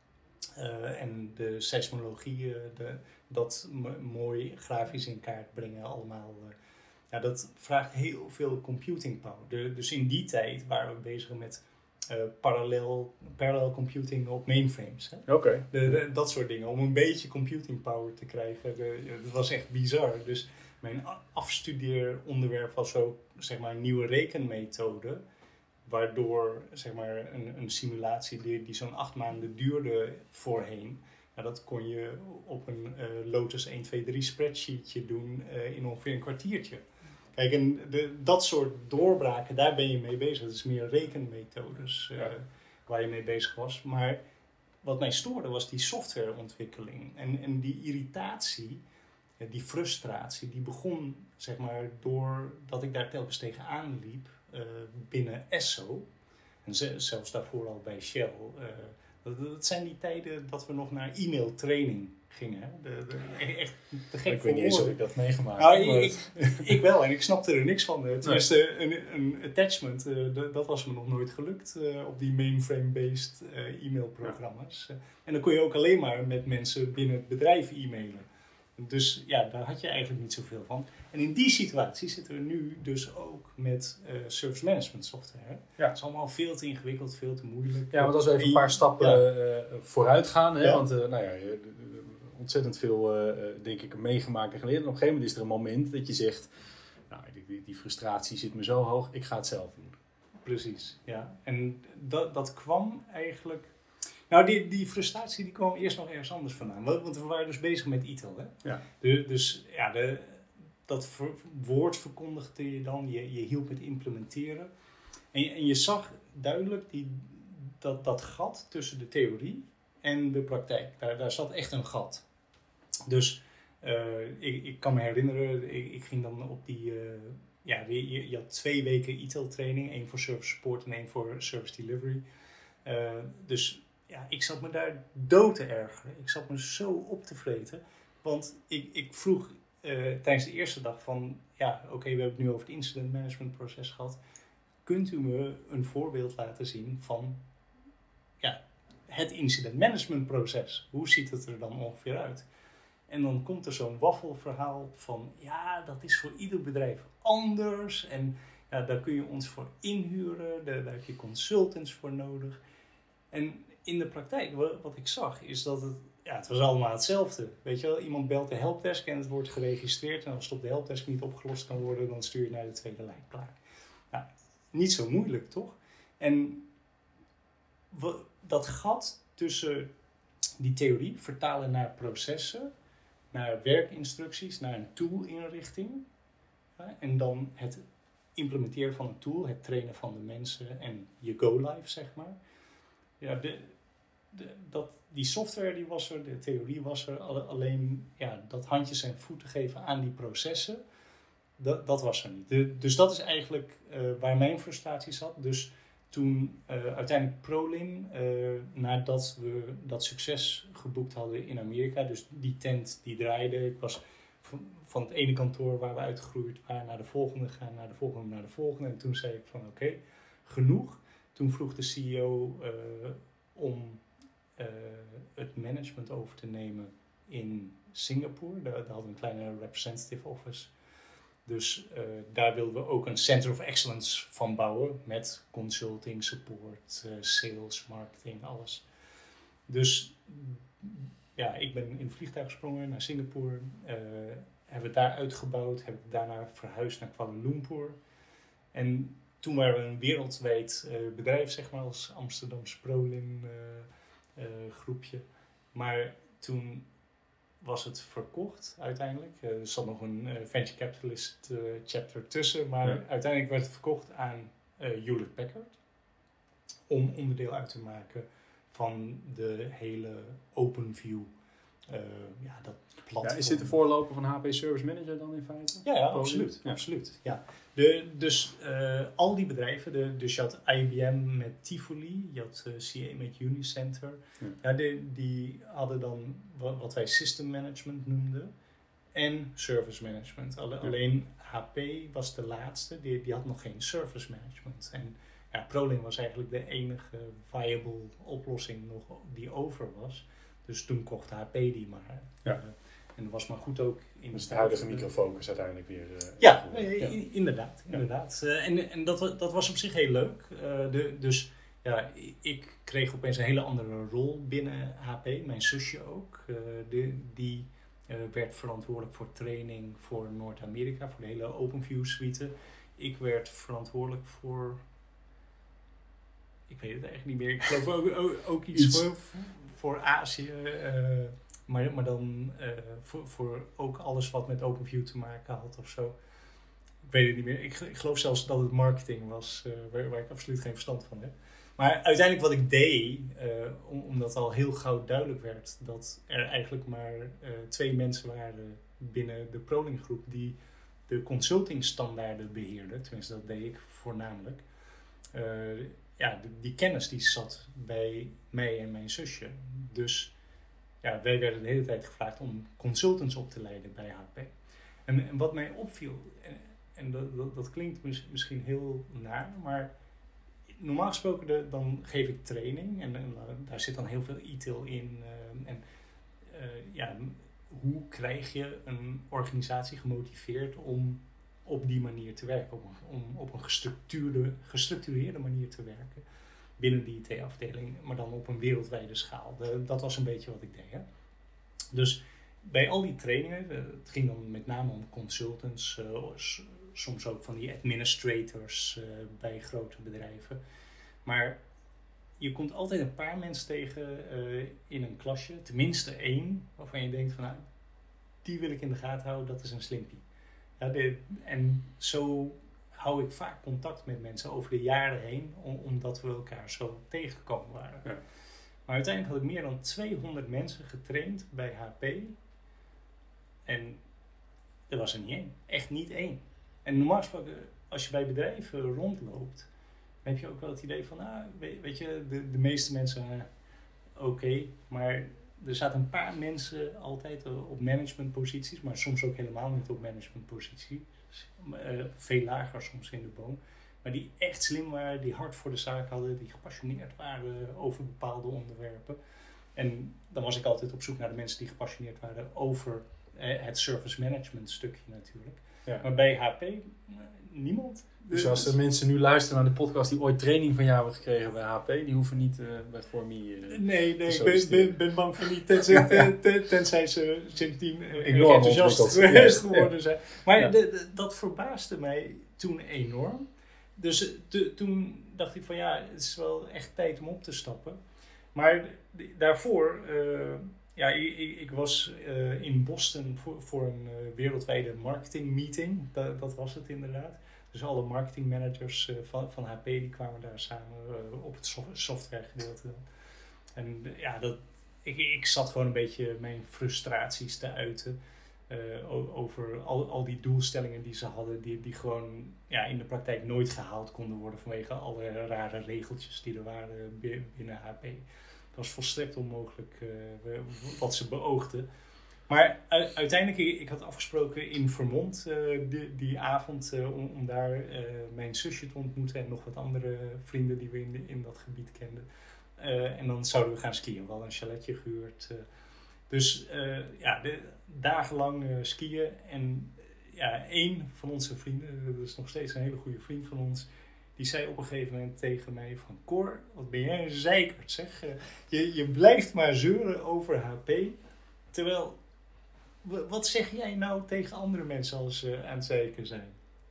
Speaker 3: uh, en de seismologie, uh, de, dat m- mooi grafisch in kaart brengen allemaal. Uh, ja, dat vraagt heel veel computing power. De, dus in die tijd waren we bezig met uh, parallel, parallel computing op mainframes. Hè?
Speaker 5: Oké. Okay.
Speaker 3: De, de, dat soort dingen, om een beetje computing power te krijgen. De, dat was echt bizar. Dus mijn afstudeeronderwerp was ook, zeg maar, een nieuwe rekenmethode. Waardoor, zeg maar, een, een simulatie die, die zo'n acht maanden duurde voorheen. Nou, dat kon je op een uh, Lotus één twee drie spreadsheetje doen uh, in ongeveer een kwartiertje. Kijk, en de, dat soort doorbraken, daar ben je mee bezig. Dat is meer rekenmethodes uh, ja. waar je mee bezig was. Maar wat mij stoorde was die softwareontwikkeling. En, en die irritatie, die frustratie, die begon, zeg maar, doordat ik daar telkens tegenaan liep uh, binnen Esso. En z- zelfs daarvoor al bij Shell. Uh, dat, dat zijn die tijden dat we nog naar e-mailtraining gingen. Hè? De, de, echt te gek.
Speaker 5: Ik weet niet eens of ik dat meegemaakt
Speaker 3: nou,
Speaker 5: heb.
Speaker 3: Ik, ik wel, en ik snapte er niks van. Tenminste, nee. een, een attachment, uh, de, dat was me nog nooit gelukt uh, op die mainframe-based uh, e-mailprogramma's. Ja. Uh, en dan kon je ook alleen maar met mensen binnen het bedrijf e-mailen. Dus ja, daar had je eigenlijk niet zoveel van. En in die situatie zitten we nu dus ook met uh, service management software.
Speaker 5: Ja.
Speaker 3: Het is allemaal veel te ingewikkeld, veel te moeilijk.
Speaker 5: Ja, want als we even een paar stappen ja. uh, vooruit gaan. Hè,
Speaker 3: ja.
Speaker 5: Want uh, nou ja, ontzettend veel, uh, denk ik, meegemaakt en geleerd. En op een gegeven moment is er een moment dat je zegt, nou, die, die frustratie zit me zo hoog, ik ga het zelf doen.
Speaker 3: Precies, ja. En dat, dat kwam eigenlijk... Nou, die, die frustratie die kwam eerst nog ergens anders vandaan. Want we waren dus bezig met I T I L. Hè?
Speaker 5: Ja.
Speaker 3: De, dus ja, de, dat ver, woord verkondigde je dan. Je, je hielp met implementeren. En je, en je zag duidelijk die, dat, dat gat tussen de theorie en de praktijk. Daar, daar zat echt een gat. Dus uh, ik, ik kan me herinneren, ik, ik ging dan op die... Uh, ja, je, je had twee weken I T I L training. één voor service support en één voor service delivery. Uh, dus... Ja, ik zat me daar dood te ergeren. Ik zat me zo op te vreten. Want ik, ik vroeg uh, tijdens de eerste dag van... Ja, oké, okay, we hebben het nu over het incident management proces gehad. Kunt u me een voorbeeld laten zien van ja, het incident management proces? Hoe ziet het er dan ongeveer uit? En dan komt er zo'n waffelverhaal van... Ja, dat is voor ieder bedrijf anders. En ja, daar kun je ons voor inhuren. Daar, daar heb je consultants voor nodig. En... In de praktijk, wat ik zag, is dat het, ja, het was allemaal hetzelfde. Weet je wel, iemand belt de helpdesk en het wordt geregistreerd. En als het op de helpdesk niet opgelost kan worden, dan stuur je naar de tweede lijn. Klaar. Nou, niet zo moeilijk, toch? En we, dat gat tussen die theorie, vertalen naar processen, naar werkinstructies, naar een toolinrichting. Ja, en dan het implementeren van een tool, het trainen van de mensen en je go-live, zeg maar. Ja, de, de, dat, die software die was er, de theorie was er, alleen ja, dat handjes en voeten geven aan die processen, dat, dat was er niet. De, dus dat is eigenlijk uh, waar mijn frustratie zat. Dus toen uh, uiteindelijk Prolin, uh, nadat we dat succes geboekt hadden in Amerika, dus die tent die draaide, ik was van, van het ene kantoor waar we uitgegroeid waren naar de volgende gegaan, naar de volgende, naar de volgende. En toen zei ik van oké, okay, genoeg. Toen vroeg de C E O uh, om uh, het management over te nemen in Singapore. Daar, daar hadden we een kleine representative office. Dus uh, daar wilden we ook een center of excellence van bouwen. Met consulting, support, uh, sales, marketing, alles. Dus ja, ik ben in het vliegtuig gesprongen naar Singapore. Uh, hebben het daar uitgebouwd. Heb ik daarna verhuisd naar Kuala Lumpur. En toen waren we een wereldwijd uh, bedrijf, zeg maar, als Amsterdamse Prolin uh, uh, groepje. Maar toen was het verkocht uiteindelijk. Uh, er zat nog een uh, venture capitalist uh, chapter tussen. Maar ja. uiteindelijk werd het verkocht aan uh, Hewlett Packard. Om onderdeel uit te maken van de hele OpenView. Uh, ja, dat platform.
Speaker 5: Ja, is dit de voorloper van H P Service Manager dan in feite?
Speaker 3: Ja, ja absoluut. Ja. absoluut ja. De, dus uh, al die bedrijven, de, dus je had I B M met Tivoli, je had uh, C A met Unicenter. Ja. Ja, de, die hadden dan wat, wat wij system management noemden en service management. Alle, ja. Alleen H P was de laatste, die, die had nog geen service management. En ja, Prolin was eigenlijk de enige viable oplossing nog die over was. Dus toen kocht H P die maar.
Speaker 5: Ja.
Speaker 3: Uh, en dat was maar goed ook in
Speaker 5: Dus de huidige Microfocus uiteindelijk weer. Uh,
Speaker 3: ja,
Speaker 5: uh,
Speaker 3: uh, ja, inderdaad. inderdaad. Uh, en en dat, dat was op zich heel leuk. Uh, de, dus ja, ik kreeg opeens een hele andere rol binnen H P. Mijn zusje ook. Uh, de, die uh, werd verantwoordelijk voor training voor Noord-Amerika, voor de hele OpenView suite. Ik werd verantwoordelijk voor... Ik weet het eigenlijk niet meer. Ik geloof ook, ook, ook iets, iets. Voor, voor Azië. Uh, maar, maar dan uh, voor, voor ook alles wat met OpenView te maken had of zo. Ik weet het niet meer. Ik, ik geloof zelfs dat het marketing was, uh, waar, waar ik absoluut geen verstand van heb. Maar uiteindelijk wat ik deed, uh, om, omdat al heel gauw duidelijk werd dat er eigenlijk maar uh, twee mensen waren binnen de Proling groep die de consultingstandaarden beheerden. Tenminste, dat deed ik voornamelijk. Uh, ja, die, die kennis die zat bij mij en mijn zusje. Dus ja, wij werden de hele tijd gevraagd om consultants op te leiden bij H P. En, en wat mij opviel, en, en dat, dat, dat klinkt mis, misschien heel naar, maar normaal gesproken de, dan geef ik training en, en daar zit dan heel veel E T I L in. Uh, en uh, ja, hoe krijg je een organisatie gemotiveerd om op die manier te werken, om, om op een gestructureerde, gestructureerde manier te werken binnen die I T-afdeling, maar dan op een wereldwijde schaal. De, dat was een beetje wat ik deed. Hè? Dus bij al die trainingen, uh, het ging dan met name om consultants, uh, soms ook van die administrators uh, bij grote bedrijven. Maar je komt altijd een paar mensen tegen uh, in een klasje, tenminste één, waarvan je denkt van nou, die wil ik in de gaten houden, dat is een slimpie. Ja, de, en zo hou ik vaak contact met mensen over de jaren heen, om, omdat we elkaar zo tegengekomen waren. Ja. Maar uiteindelijk had ik meer dan tweehonderd mensen getraind bij H P. En er was er niet één. Echt niet één. En normaal gesproken, als je bij bedrijven rondloopt, dan heb je ook wel het idee van, ah, weet, weet je, de, de meeste mensen, uh, oké, okay, maar er zaten een paar mensen altijd op managementposities, maar soms ook helemaal niet op managementposities. Uh, veel lager soms in de boom. Maar die echt slim waren, die hard voor de zaak hadden, die gepassioneerd waren over bepaalde onderwerpen. En dan was ik altijd op zoek naar de mensen die gepassioneerd waren over uh, het service management stukje natuurlijk. Ja. Maar bij H P, uh, niemand.
Speaker 5: Dus als er mensen nu luisteren naar de podcast die ooit training van jou hebben gekregen bij H P, die hoeven niet uh, bij Formi uh,
Speaker 3: Nee, nee, ik ben, ben, ben bang voor niet, tenzij, ten, ten, tenzij ze sindsdien uh, enthousiast geworden zijn. Maar ja. de, de, dat verbaasde mij toen enorm. Dus te, toen dacht ik van ja, het is wel echt tijd om op te stappen. Maar de, daarvoor, uh, ja, ik, ik was uh, in Boston voor, voor een uh, wereldwijde marketing meeting. Dat, dat was het inderdaad. Dus alle marketingmanagers uh, van, van H P die kwamen daar samen uh, op het soft- softwaregedeelte. En uh, ja, dat, ik, ik zat gewoon een beetje mijn frustraties te uiten uh, over al, al die doelstellingen die ze hadden, die, die gewoon ja, in de praktijk nooit gehaald konden worden vanwege alle rare regeltjes die er waren binnen H P. Het was volstrekt onmogelijk uh, wat ze beoogden. Maar u- uiteindelijk, ik, ik had afgesproken in Vermont uh, die, die avond uh, om, om daar uh, mijn zusje te ontmoeten en nog wat andere vrienden die we in, de, in dat gebied kenden. Uh, en dan zouden we gaan skiën. We hadden een chaletje gehuurd. Uh, dus uh, ja, de, dagenlang uh, skiën. En uh, ja, één van onze vrienden, dat is nog steeds een hele goede vriend van ons, die zei op een gegeven moment tegen mij van Cor, wat ben jij een zeikert zeg. Uh, je, je blijft maar zeuren over H P, terwijl... Wat zeg jij nou tegen andere mensen als ze uh, aan het zeiken zijn?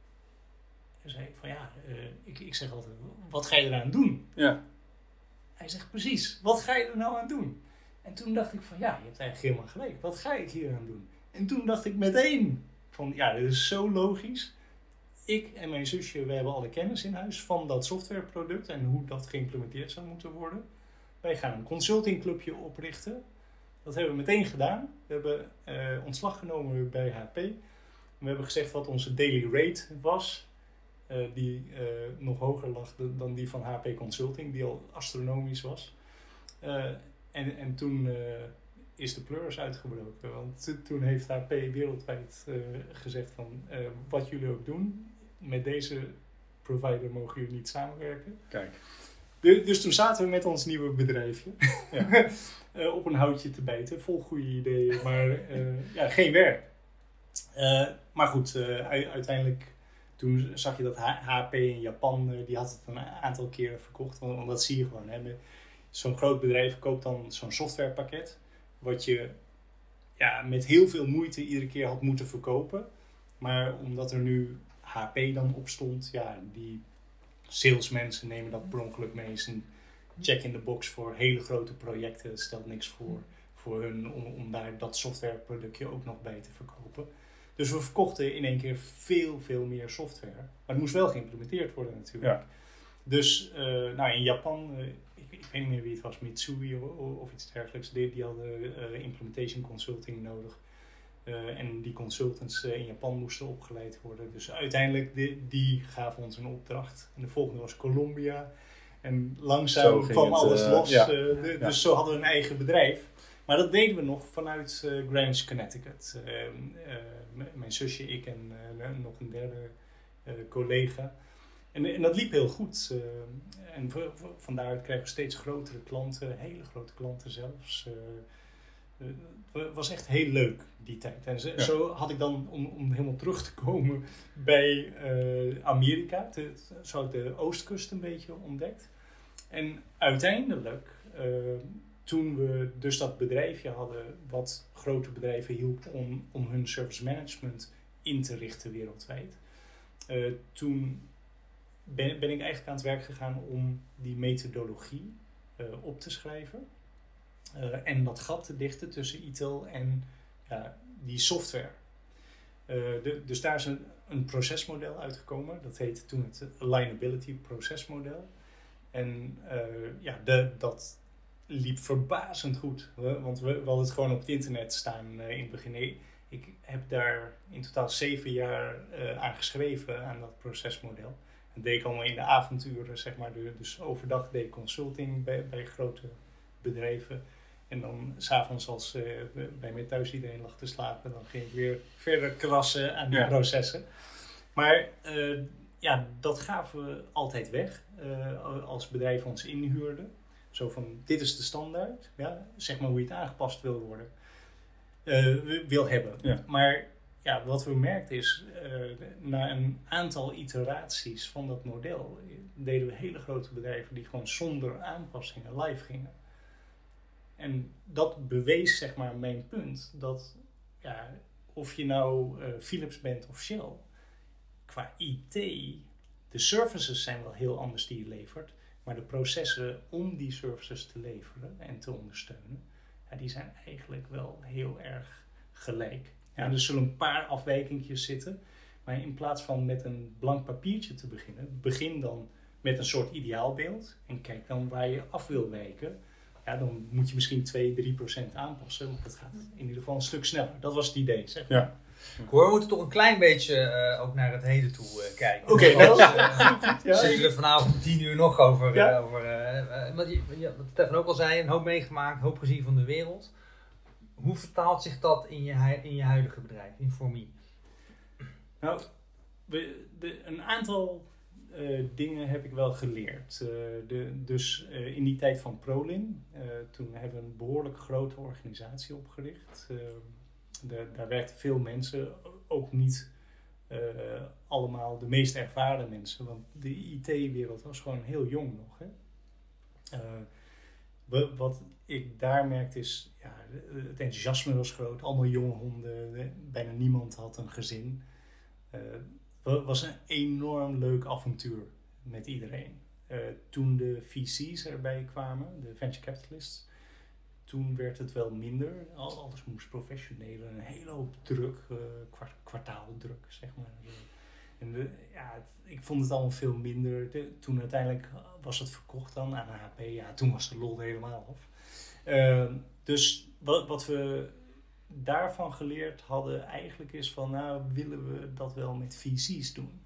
Speaker 3: En zei ik van ja, uh, ik, ik zeg altijd, wat ga je eraan doen?
Speaker 5: Ja.
Speaker 3: Hij zegt precies, wat ga je er nou aan doen? En toen dacht ik van ja, je hebt eigenlijk helemaal gelijk. Wat ga ik hier aan doen? En toen dacht ik meteen van ja, dit is zo logisch. Ik en mijn zusje, we hebben alle kennis in huis van dat softwareproduct en hoe dat geïmplementeerd zou moeten worden. Wij gaan een consultingclubje oprichten. Dat hebben we meteen gedaan. We hebben uh, ontslag genomen bij H P. We hebben gezegd wat onze daily rate was. Uh, die uh, nog hoger lag dan die van H P Consulting, die al astronomisch was. Uh, en, en toen uh, is de pleuris uitgebroken. Want to, toen heeft H P wereldwijd uh, gezegd van uh, wat jullie ook doen, met deze provider mogen jullie niet samenwerken.
Speaker 5: Kijk.
Speaker 3: Dus toen zaten we met ons nieuwe bedrijfje
Speaker 5: Ja.
Speaker 3: uh, op een houtje te bijten, vol goede ideeën, maar uh, ja, geen werk. Uh, maar goed, uh, u- uiteindelijk toen zag je dat H P in Japan, uh, die had het een aantal keren verkocht, want, want dat zie je gewoon. Hè. Zo'n groot bedrijf koopt dan zo'n softwarepakket, wat je ja, met heel veel moeite iedere keer had moeten verkopen. Maar omdat er nu H P dan op stond, ja, die salesmensen nemen dat per ongeluk mee. Is een check in the box voor hele grote projecten. Het stelt niks voor, voor hun om, om daar dat softwareproductje ook nog bij te verkopen. Dus we verkochten in één keer veel, veel meer software. Maar het moest wel geïmplementeerd worden natuurlijk.
Speaker 5: Ja.
Speaker 3: Dus uh, nou, in Japan, uh, ik, ik weet niet meer wie het was, Mitsui of, of iets dergelijks. Die, die hadden uh, implementation consulting nodig. Uh, en die consultants uh, in Japan moesten opgeleid worden. Dus uiteindelijk, die, die gaven ons een opdracht. En de volgende was Colombia. En langzaam kwam het, alles uh, los.
Speaker 5: Ja.
Speaker 3: Uh, de,
Speaker 5: Ja.
Speaker 3: Dus zo hadden we een eigen bedrijf. Maar dat deden we nog vanuit uh, Greenwich, Connecticut. Uh, uh, m- mijn zusje, ik en uh, nog een derde uh, collega. En, en dat liep heel goed. Uh, en v- v- van daaruit kregen we steeds grotere klanten. Hele grote klanten zelfs. Uh, uh, het was echt heel leuk die tijd. En zo,
Speaker 5: Ja.
Speaker 3: zo had ik dan, om, om helemaal terug te komen bij uh, Amerika. Te, zo had ik de oostkust een beetje ontdekt. En uiteindelijk... Uh, Toen we dus dat bedrijfje hadden wat grote bedrijven hielp om, om hun service management in te richten wereldwijd. Uh, toen ben, ben ik eigenlijk aan het werk gegaan om die methodologie uh, op te schrijven. Uh, en dat gat te dichten tussen I T I L en ja, die software. Uh, de, dus daar is een, een procesmodel uitgekomen. Dat heette toen het Alignability procesmodel. En uh, ja, de, dat... liep verbazend goed. Want we, we hadden het gewoon op het internet staan uh, in het begin. Ik heb daar in totaal zeven jaar uh, aan geschreven, aan dat procesmodel. Dat deed ik allemaal in de avonturen, zeg maar. Dus overdag deed ik consulting bij, bij grote bedrijven. En dan s'avonds als uh, bij mij thuis iedereen lag te slapen, dan ging ik weer verder krassen aan die
Speaker 5: Ja.
Speaker 3: processen. Maar uh, ja, dat gaven we altijd weg uh, als bedrijven ons inhuurden. Zo van, dit is de standaard, ja, zeg maar hoe je het aangepast wil worden, uh, wil hebben.
Speaker 5: Ja.
Speaker 3: Maar ja, wat we merkten is, uh, na een aantal iteraties van dat model, deden we hele grote bedrijven die gewoon zonder aanpassingen live gingen. En dat bewees, zeg maar, mijn punt, dat ja, of je nou uh, Philips bent of Shell, qua I T, de services zijn wel heel anders die je levert. Maar de processen om die services te leveren en te ondersteunen, ja, die zijn eigenlijk wel heel erg gelijk. Ja, er zullen een paar afwijkingjes zitten, maar in plaats van met een blank papiertje te beginnen, begin dan met een soort ideaalbeeld en kijk dan waar je af wil wijken. Ja, dan moet je misschien twee, drie procent aanpassen, want dat gaat in ieder geval een stuk sneller. Dat was het idee, zeg maar.
Speaker 5: Ja.
Speaker 4: Hoor, we moeten toch een klein beetje uh, ook naar het heden toe uh, kijken.
Speaker 3: Oké,
Speaker 4: Want,
Speaker 3: nou,
Speaker 4: uh,
Speaker 3: ja.
Speaker 4: zitten we er vanavond om tien uur nog over. Uh,
Speaker 3: Ja.
Speaker 4: over uh, uh, wat, je, ja, wat Stefan ook al zei, een hoop meegemaakt, een hoop gezien van de wereld. Hoe vertaalt zich dat in je, hui- in je huidige bedrijf, in Formie?
Speaker 3: Nou, we, de, een aantal uh, dingen heb ik wel geleerd. Uh, de, dus uh, in die tijd van Prolin, uh, toen hebben we een behoorlijk grote organisatie opgericht. Uh, de, daar werkten veel mensen, ook niet uh, allemaal de meest ervaren mensen, want de I T-wereld was gewoon heel jong nog. Hè? Uh, we, wat ik daar merkte is, ja, het enthousiasme was groot, allemaal jonge honden, bijna niemand had een gezin. Uh, het was een enorm leuk avontuur met iedereen. Uh, toen de V C's erbij kwamen, de venture capitalists, toen werd het wel minder. Alles moest professioneler, een hele hoop druk, uh, kwart, kwartaaldruk, zeg maar. En de, ja, het, ik vond het allemaal veel minder. De, toen uiteindelijk was het verkocht dan aan H P, ja, toen was de lol helemaal af. Uh, dus wat, wat we daarvan geleerd hadden eigenlijk is van, nou, willen we dat wel met V C's doen?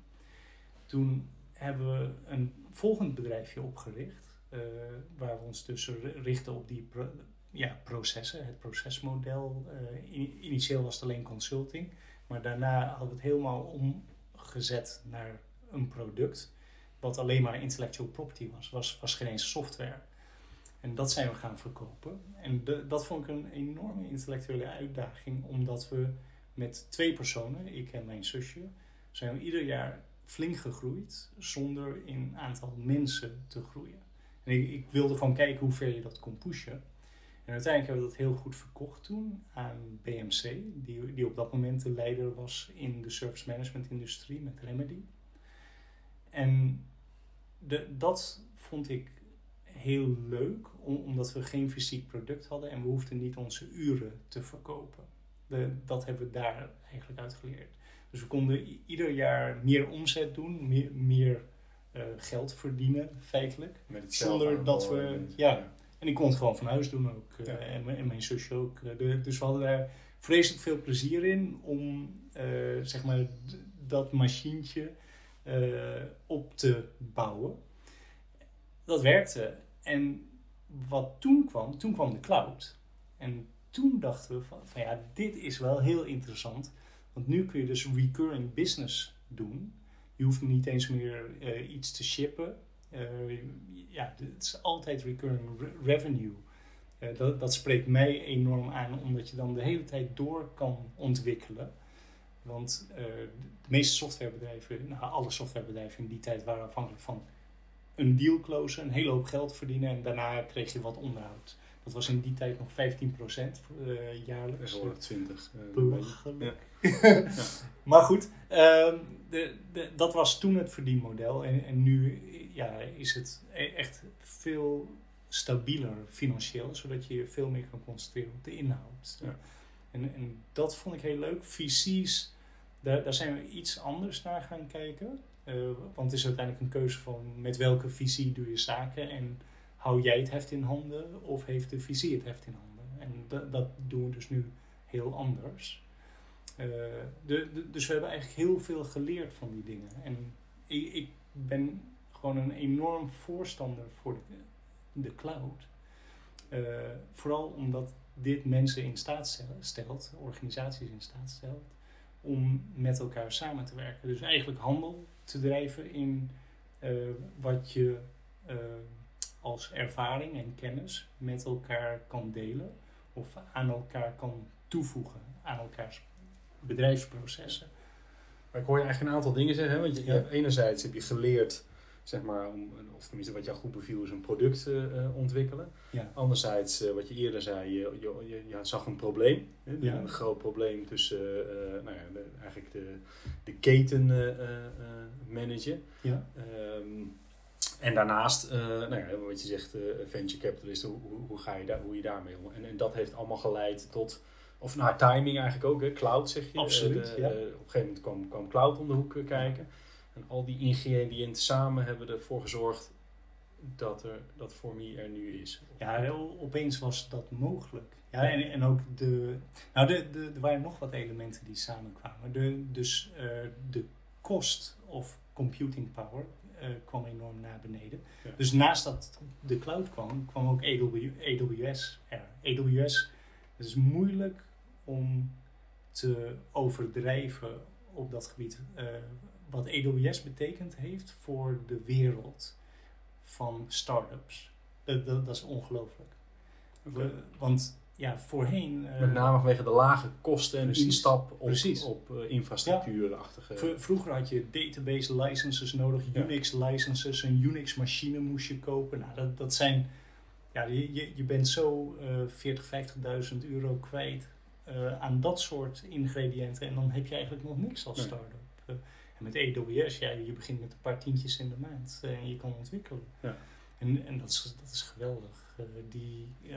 Speaker 3: Toen hebben we een volgend bedrijfje opgericht, uh, waar we ons dus richten op die pro- ja, processen, het procesmodel. Uh, in, initieel was het alleen consulting, maar daarna hadden we het helemaal omgezet naar een product. wat alleen maar intellectual property was, was, was geen eens software. En dat zijn we gaan verkopen. En de, dat vond ik een enorme intellectuele uitdaging, omdat we met twee personen, ik en mijn zusje, zijn we ieder jaar flink gegroeid zonder in aantal mensen te groeien. En ik, ik wilde gewoon kijken hoe ver je dat kon pushen. En uiteindelijk hebben we dat heel goed verkocht toen aan B M C, die, die op dat moment de leider was in de service management industrie met Remedy. En de, dat vond ik heel leuk, om, omdat we geen fysiek product hadden en we hoefden niet onze uren te verkopen. De, dat hebben we daar eigenlijk uit geleerd. Dus we konden i- ieder jaar meer omzet doen, meer, meer uh, geld verdienen feitelijk.
Speaker 5: Met het
Speaker 3: Zonder dat we...
Speaker 5: zelf
Speaker 3: Ja,
Speaker 5: ja.
Speaker 3: en ik kon het gewoon van huis doen ook. Uh,
Speaker 5: Ja.
Speaker 3: en, mijn- en mijn zusje ook. Uh, de, dus we hadden daar vreselijk veel plezier in om uh, zeg maar d- dat machientje uh, op te bouwen. Dat werkte. En wat toen kwam, toen kwam de cloud. En toen dachten we van, van ja, dit is wel heel interessant. Want nu kun je dus recurring business doen. Je hoeft niet eens meer uh, iets te shippen. Uh, ja, het is altijd recurring re- revenue. Uh, dat, dat spreekt mij enorm aan, omdat je dan de hele tijd door kan ontwikkelen. Want uh, de meeste softwarebedrijven, nou alle softwarebedrijven in die tijd waren afhankelijk van een deal closen, een hele hoop geld verdienen en daarna kreeg je wat onderhoud. Dat was in die tijd nog vijftien procent uh, jaarlijks.
Speaker 5: Tegenwoordig twintig. Uh,
Speaker 3: Belachelijk.
Speaker 5: Ja.
Speaker 3: Ja. Maar goed, um, de, de, dat was toen het verdienmodel. En, en nu ja, is het e- echt veel stabieler financieel, zodat je je veel meer kan concentreren op de inhoud.
Speaker 5: Ja.
Speaker 3: En, en dat vond ik heel leuk. V C's, daar, daar zijn we iets anders naar gaan kijken. Uh, want het is uiteindelijk een keuze van met welke visie doe je zaken en hou jij het heft in handen of heeft de visie het heft in handen. En dat, dat doen we dus nu heel anders. Uh, de, de, dus we hebben eigenlijk heel veel geleerd van die dingen. En ik, ik ben gewoon een enorm voorstander voor de, de cloud. Uh, vooral omdat dit mensen in staat stelt, organisaties in staat stelt, om met elkaar samen te werken. Dus eigenlijk handel te drijven in uh, wat je uh, als ervaring en kennis met elkaar kan delen of aan elkaar kan toevoegen, aan elkaars bedrijfsprocessen.
Speaker 5: Maar ik hoor je eigenlijk een aantal dingen zeggen, hè? Want je,
Speaker 3: Ja.
Speaker 5: je hebt enerzijds heb je geleerd, zeg maar, om, of tenminste wat jou goed beviel is een product uh, ontwikkelen.
Speaker 3: Ja.
Speaker 5: Anderzijds, uh, wat je eerder zei, je, je, je, je zag een probleem. Hè?
Speaker 3: Ja.
Speaker 5: Een groot probleem tussen uh, nou ja, de, eigenlijk de, de keten uh, uh, managen.
Speaker 3: Ja.
Speaker 5: Um, en daarnaast, uh, nou ja, wat je zegt, uh, venture capitalist, hoe, hoe, hoe, ga je daar, hoe je daarmee om? En, en dat heeft allemaal geleid tot, of naar timing eigenlijk ook, hè? Cloud zeg je.
Speaker 3: Absoluut,
Speaker 5: Uh, de,
Speaker 3: ja.
Speaker 5: uh, op een gegeven moment kwam, kwam cloud om de hoek uh, kijken. En al die ingrediënten samen hebben ervoor gezorgd dat er dat Formi er nu is.
Speaker 3: Ja, opeens was dat mogelijk. Ja, en, en ook de... Nou, de, de, er waren nog wat elementen die samenkwamen. De, dus uh, de cost of computing power uh, kwam enorm naar beneden.
Speaker 5: Ja.
Speaker 3: Dus naast dat de cloud kwam, kwam ook A W S er. A W S, het is moeilijk om te overdrijven op dat gebied. Uh, wat A W S betekend heeft voor de wereld van start-ups. Dat, dat, dat is ongelooflijk.
Speaker 5: Okay.
Speaker 3: We, want ja, voorheen... Uh,
Speaker 5: Met name vanwege de lage kosten en
Speaker 3: precies,
Speaker 5: instap op,
Speaker 3: precies.
Speaker 5: op uh, infrastructuurachtige...
Speaker 3: v- vroeger had je database licenses nodig,
Speaker 5: Ja.
Speaker 3: Unix licenses, een Unix machine moest je kopen. Nou, dat, dat zijn... Ja, je, je, je bent zo uh, veertig, vijftigduizend euro kwijt uh, aan dat soort ingrediënten en dan heb je eigenlijk nog niks als
Speaker 5: Nee.
Speaker 3: start-up. Uh, en met A W S, ja, je begint met een paar tientjes in de maand uh, en je kan ontwikkelen.
Speaker 5: Ja.
Speaker 3: En, en dat, is, dat is geweldig. Uh, die, uh,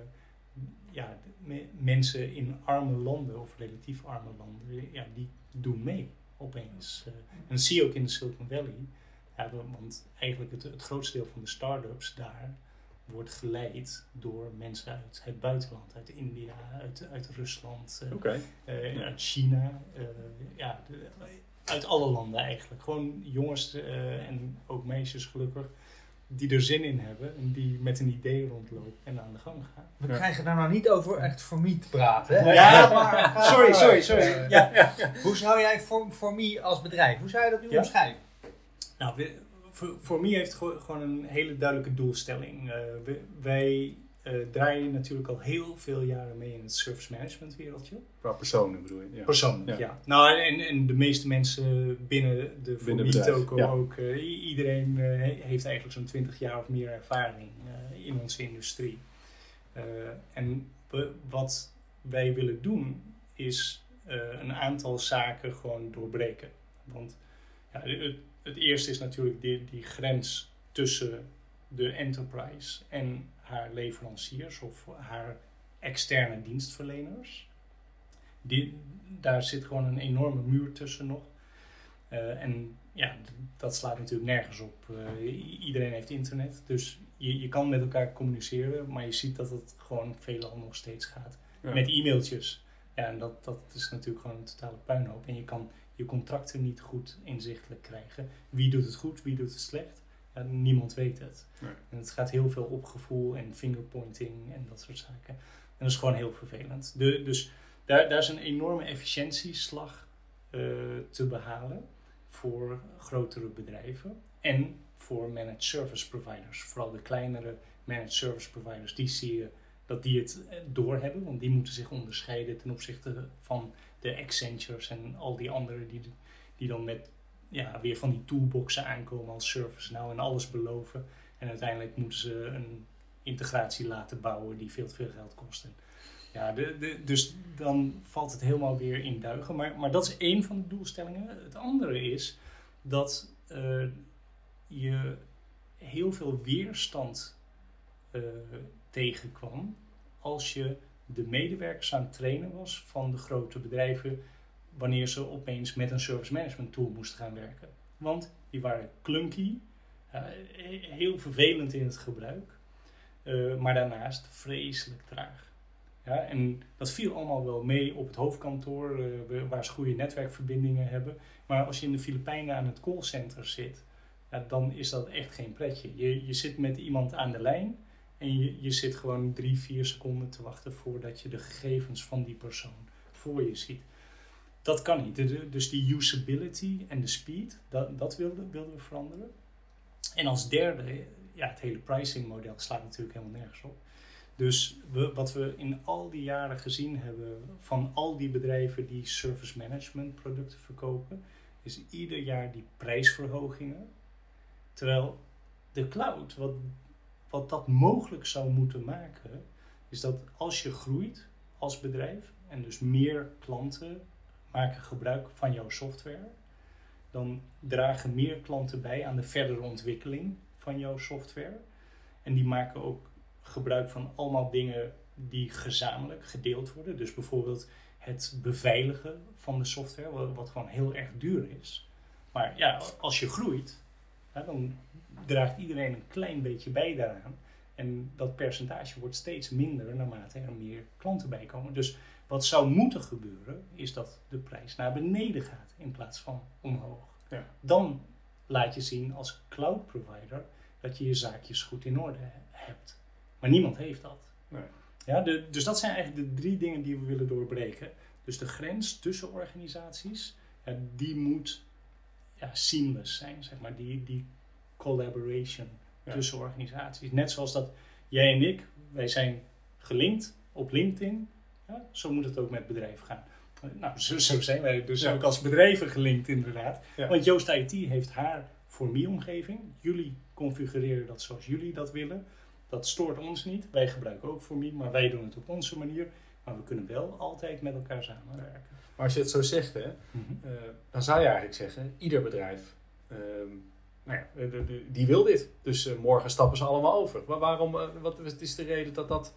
Speaker 3: ja, de, me, mensen in arme landen of relatief arme landen, ja, die doen mee opeens. Uh, en dat zie je ook in de Silicon Valley. Ja, want eigenlijk het, het grootste deel van de start-ups daar wordt geleid door mensen uit het buitenland, uit India, uit, uit Rusland, uh,
Speaker 5: Oké.
Speaker 3: uh,
Speaker 5: Ja.
Speaker 3: uit China, uh, ja, de, uit alle landen eigenlijk. Gewoon jongens uh, en ook meisjes gelukkig, die er zin in hebben en die met een idee rondlopen en aan de gang gaan.
Speaker 4: We
Speaker 5: Ja.
Speaker 4: krijgen daar nou niet over echt Formi te praten. Hè?
Speaker 3: Ja,
Speaker 4: maar,
Speaker 3: sorry, sorry, sorry. Ja, ja.
Speaker 4: Hoe zou jij Formi als bedrijf, hoe zou je dat nu
Speaker 3: Ja.
Speaker 4: omschrijven?
Speaker 3: Nou, we, voor, voor mij heeft het gewoon, gewoon een hele duidelijke doelstelling. Uh, we, wij uh, draaien natuurlijk al heel veel jaren mee in het service management wereldje.
Speaker 5: Qua personen bedoel je? Ja.
Speaker 3: Persoonlijk, ja.
Speaker 5: Ja.
Speaker 3: Nou, en, en de meeste mensen binnen de
Speaker 5: Binnen
Speaker 3: Formi-toko
Speaker 5: ja.
Speaker 3: ook. Uh, i- iedereen uh, heeft eigenlijk zo'n twintig jaar of meer ervaring uh, in onze industrie. Uh, en we, wat wij willen doen is uh, een aantal zaken gewoon doorbreken. Want ja, het, het eerste is natuurlijk die, die grens tussen de enterprise en haar leveranciers of haar externe dienstverleners. Die, daar zit gewoon een enorme muur tussen nog. Uh, en ja, d- dat slaat natuurlijk nergens op. Uh, i- iedereen heeft internet, dus je, je kan met elkaar communiceren, maar je ziet dat het gewoon veelal nog steeds gaat.
Speaker 5: Ja.
Speaker 3: Met e-mailtjes. Ja, en dat, dat is natuurlijk gewoon een totale puinhoop. En je kan je contracten niet goed inzichtelijk krijgen. Wie doet het goed, wie doet het slecht? Ja, niemand weet het.
Speaker 5: Nee.
Speaker 3: En het gaat heel veel op gevoel en fingerpointing en dat soort zaken. En dat is gewoon heel vervelend. De, dus daar, daar is een enorme efficiëntieslag uh, te behalen voor grotere bedrijven en voor managed service providers. Vooral de kleinere managed service providers, die zie je dat die het doorhebben, want die moeten zich onderscheiden ten opzichte van de Accentures en al die anderen die, die dan met ja, weer van die toolboxen aankomen als ServiceNow en alles beloven. En uiteindelijk moeten ze een integratie laten bouwen die veel te veel geld kost. En ja, de, de, dus dan valt het helemaal weer in duigen. Maar, maar dat is één van de doelstellingen. Het andere is dat uh, je heel veel weerstand uh, tegenkwam als je de medewerkers aan het trainen was van de grote bedrijven wanneer ze opeens met een service management tool moesten gaan werken. Want die waren clunky, uh, heel vervelend in het gebruik, uh, maar daarnaast vreselijk traag. Ja, en dat viel allemaal wel mee op het hoofdkantoor, uh, waar ze goede netwerkverbindingen hebben. Maar als je in de Filipijnen aan het callcenter zit, ja, dan is dat echt geen pretje. Je, je zit met iemand aan de lijn en je, je zit gewoon drie, vier seconden te wachten voordat je de gegevens van die persoon voor je ziet. Dat kan niet. De, dus die usability en de speed, dat, dat wilden, wilden we veranderen. En als derde, ja, het hele pricing model slaat natuurlijk helemaal nergens op. Dus we, wat we in al die jaren gezien hebben van al die bedrijven die service management producten verkopen, is ieder jaar die prijsverhogingen. Terwijl de cloud, wat, wat dat mogelijk zou moeten maken, is dat als je groeit als bedrijf en dus meer klanten maken gebruik van jouw software, dan dragen meer klanten bij aan de verdere ontwikkeling van jouw software. En die maken ook gebruik van allemaal dingen die gezamenlijk gedeeld worden. Dus bijvoorbeeld het beveiligen van de software, wat gewoon heel erg duur is. Maar ja, als je groeit, ja, dan draagt iedereen een klein beetje bij daaraan. En dat percentage wordt steeds minder naarmate er meer klanten bij komen. Dus wat zou moeten gebeuren, is dat de prijs naar beneden gaat in plaats van omhoog.
Speaker 5: Ja.
Speaker 3: Dan laat je zien als cloud provider dat je je zaakjes goed in orde hebt. Maar niemand heeft dat.
Speaker 5: Nee.
Speaker 3: Ja, de, dus dat zijn eigenlijk de drie dingen die we willen doorbreken. Dus de grens tussen organisaties, ja, die moet ja, seamless zijn, zeg maar. Die, die collaboration
Speaker 5: ja.
Speaker 3: tussen organisaties. Net zoals dat jij en ik, wij zijn gelinkt op LinkedIn. Ja, zo moet het ook met bedrijven gaan. Nou, zo, zo zijn wij dus
Speaker 5: ja.
Speaker 3: ook als bedrijven gelinkt inderdaad.
Speaker 5: Ja.
Speaker 3: Want Joost I T heeft haar Formi-omgeving. Jullie configureren dat zoals jullie dat willen. Dat stoort ons niet. Wij gebruiken ook Formi, maar wij doen het op onze manier. Maar we kunnen wel altijd met elkaar samenwerken.
Speaker 5: Maar als je het zo zegt, hè,
Speaker 3: Mm-hmm.
Speaker 5: uh, dan zou je eigenlijk zeggen, ieder bedrijf, uh, nou ja, de, de, die wil dit. Dus uh, morgen stappen ze allemaal over. Maar waarom, uh, wat is de reden dat dat...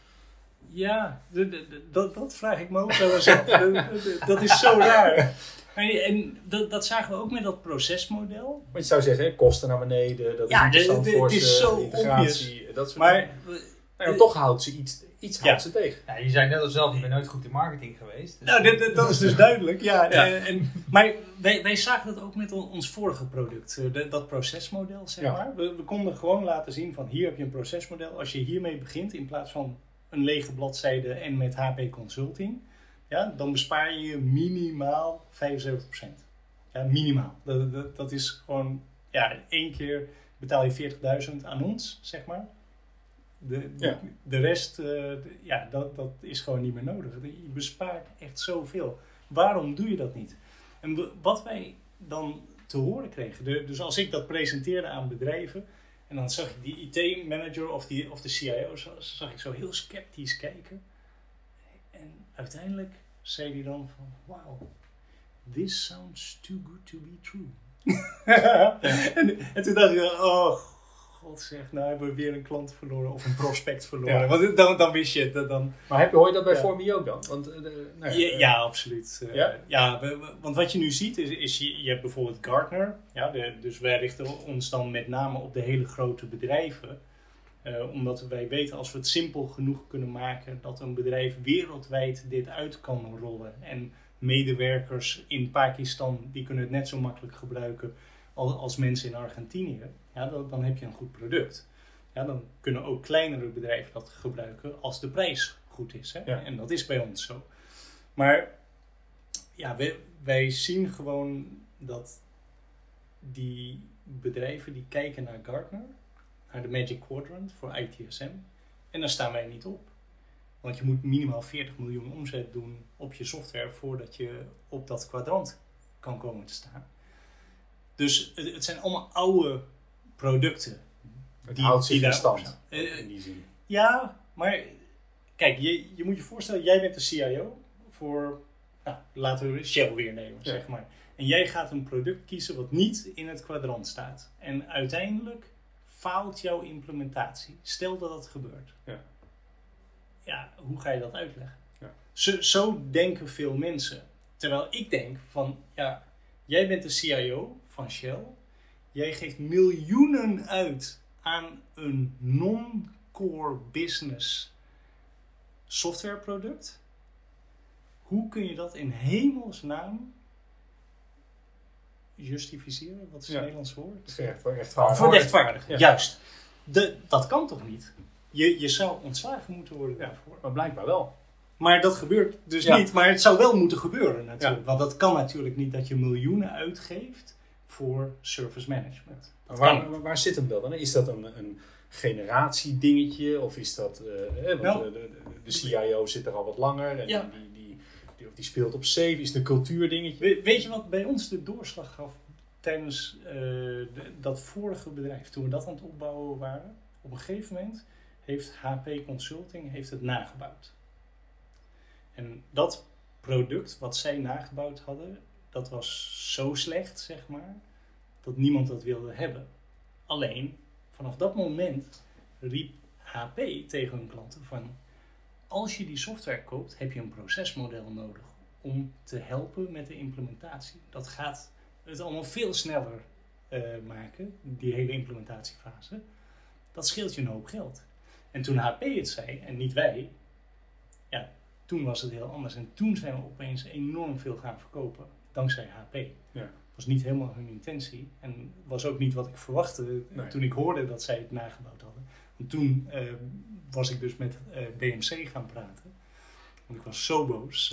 Speaker 3: Ja, de, de, de, dat, dat vraag ik me ook wel eens af. Dat is zo raar. En dat, dat zagen we ook met dat procesmodel.
Speaker 5: Want je zou zeggen, hè, kosten naar beneden, dat is
Speaker 3: Ja,
Speaker 5: interessant
Speaker 3: de, de,
Speaker 5: voor
Speaker 3: het is
Speaker 5: ze,
Speaker 3: zo
Speaker 5: integratie, dat soort
Speaker 3: Maar
Speaker 5: dingen. Nou ja, toch houdt ze iets, iets
Speaker 3: Ja.
Speaker 5: houdt ze tegen.
Speaker 4: Ja, je zei net al zelf, je bent nooit goed in marketing geweest. Dus
Speaker 3: nou, dat, dat, dat is dus duidelijk. Ja,
Speaker 5: Ja.
Speaker 3: uh, en, maar wij, wij zagen dat ook met on, ons vorige product. Uh, de, dat procesmodel, zeg
Speaker 5: Ja.
Speaker 3: maar. We, we konden gewoon laten zien van hier heb je een procesmodel. Als je hiermee begint in plaats van een lege bladzijde en met H P Consulting, ja, dan bespaar je minimaal vijfenzeventig procent. Ja, minimaal. Dat, dat, dat is gewoon ja, één keer betaal je veertigduizend aan ons, zeg maar. De, de,
Speaker 5: Ja.
Speaker 3: de rest, uh, de, ja, dat, dat is gewoon niet meer nodig. Je bespaart echt zoveel. Waarom doe je dat niet? En w- wat wij dan te horen kregen, de, dus als ik dat presenteerde aan bedrijven, en dan zag ik die I T-manager of, die, of de C I O, zag, zag ik zo heel sceptisch kijken. En uiteindelijk zei hij dan van, wow, this sounds too good to be true. ja. en, en toen dacht ik, oh god zeg, nou hebben we weer een klant verloren of een prospect verloren.
Speaker 5: Ja.
Speaker 3: Want dan, dan wist je het. Dan, dan,
Speaker 5: Maar heb je, hoor je dat bij
Speaker 3: Ja.
Speaker 5: Formi ook dan? Want, uh, nou
Speaker 3: ja,
Speaker 5: uh,
Speaker 3: ja, absoluut. Uh,
Speaker 5: Ja?
Speaker 3: ja, we, we, want wat je nu ziet is, is je, je hebt bijvoorbeeld Gartner. Ja, de, dus wij richten ons dan met name op de hele grote bedrijven. Uh, omdat wij weten, als we het simpel genoeg kunnen maken, dat een bedrijf wereldwijd dit uit kan rollen. En medewerkers in Pakistan, die kunnen het net zo makkelijk gebruiken als, als mensen in Argentinië. Ja, dan, dan heb je een goed product. Ja, dan kunnen ook kleinere bedrijven dat gebruiken als de prijs goed is. Hè?
Speaker 5: Ja.
Speaker 3: En dat is bij ons zo. Maar ja, wij, wij zien gewoon dat die bedrijven die kijken naar Gartner, naar de Magic Quadrant voor I T S M. En daar staan wij niet op. Want je moet minimaal veertig miljoen omzet doen op je software voordat je op dat kwadrant kan komen te staan. Dus het, het zijn allemaal oude producten.
Speaker 5: het
Speaker 3: die-
Speaker 5: houdt zich
Speaker 3: die
Speaker 5: in
Speaker 3: daarop
Speaker 5: stand.
Speaker 3: staan. Uh,
Speaker 5: in die zin.
Speaker 3: Ja, maar kijk, je, je moet je voorstellen, jij bent de C I O voor, nou, laten we Shell weer nemen,
Speaker 5: Ja.
Speaker 3: zeg maar. En jij gaat een product kiezen wat niet in het kwadrant staat. En uiteindelijk faalt jouw implementatie. Stel dat dat gebeurt.
Speaker 5: Ja.
Speaker 3: Ja, hoe ga je dat uitleggen?
Speaker 5: Ja.
Speaker 3: Zo, zo denken veel mensen. Terwijl ik denk van, ja, jij bent de C I O van Shell. Jij geeft miljoenen uit aan een non-core business softwareproduct. Hoe kun je dat in hemelsnaam justificeren? Wat is het
Speaker 5: Ja.
Speaker 3: Nederlands woord?
Speaker 5: Recht, rechtvaardig.
Speaker 3: Verrechtvaardigen,
Speaker 5: Ja.
Speaker 3: juist. De, dat kan toch niet? Je, je zou ontslagen moeten worden
Speaker 5: Ja.
Speaker 3: daarvoor.
Speaker 5: Maar blijkbaar wel.
Speaker 3: Maar dat gebeurt dus
Speaker 5: Ja.
Speaker 3: niet. Maar het zou wel moeten gebeuren natuurlijk.
Speaker 5: Ja.
Speaker 3: Want dat kan natuurlijk niet dat je miljoenen uitgeeft voor service management.
Speaker 5: Maar
Speaker 3: Dat
Speaker 5: waar,
Speaker 3: kan.
Speaker 5: waar, waar zit hem dat dan? Is dat een, een generatiedingetje? Of is dat... eh, eh, want
Speaker 3: Nou.
Speaker 5: de, de, de C I O zit er al wat langer. En
Speaker 3: Ja.
Speaker 5: die, die, die, die speelt op safe. Is het een cultuurdingetje?
Speaker 3: We- weet je wat bij ons de doorslag gaf tijdens eh, de- dat vorige bedrijf, toen we dat aan het opbouwen waren? Op een gegeven moment heeft H P Consulting heeft het nagebouwd. En dat product wat zij nagebouwd hadden, dat was zo slecht, zeg maar, dat niemand dat wilde hebben. Alleen, vanaf dat moment riep H P tegen hun klanten van, als je die software koopt, heb je een procesmodel nodig om te helpen met de implementatie. Dat gaat het allemaal veel sneller uh, maken, die hele implementatiefase. Dat scheelt je een hoop geld. En toen H P het zei, en niet wij, ja, toen was het heel anders. En toen zijn we opeens enorm veel gaan verkopen, dankzij H P.
Speaker 5: Ja.
Speaker 3: Was niet helemaal hun intentie. En was ook niet wat ik verwachtte
Speaker 5: Nee.
Speaker 3: toen ik hoorde dat zij het nagebouwd hadden. En toen uh, was ik dus met uh, B M C gaan praten. Want ik was zo boos.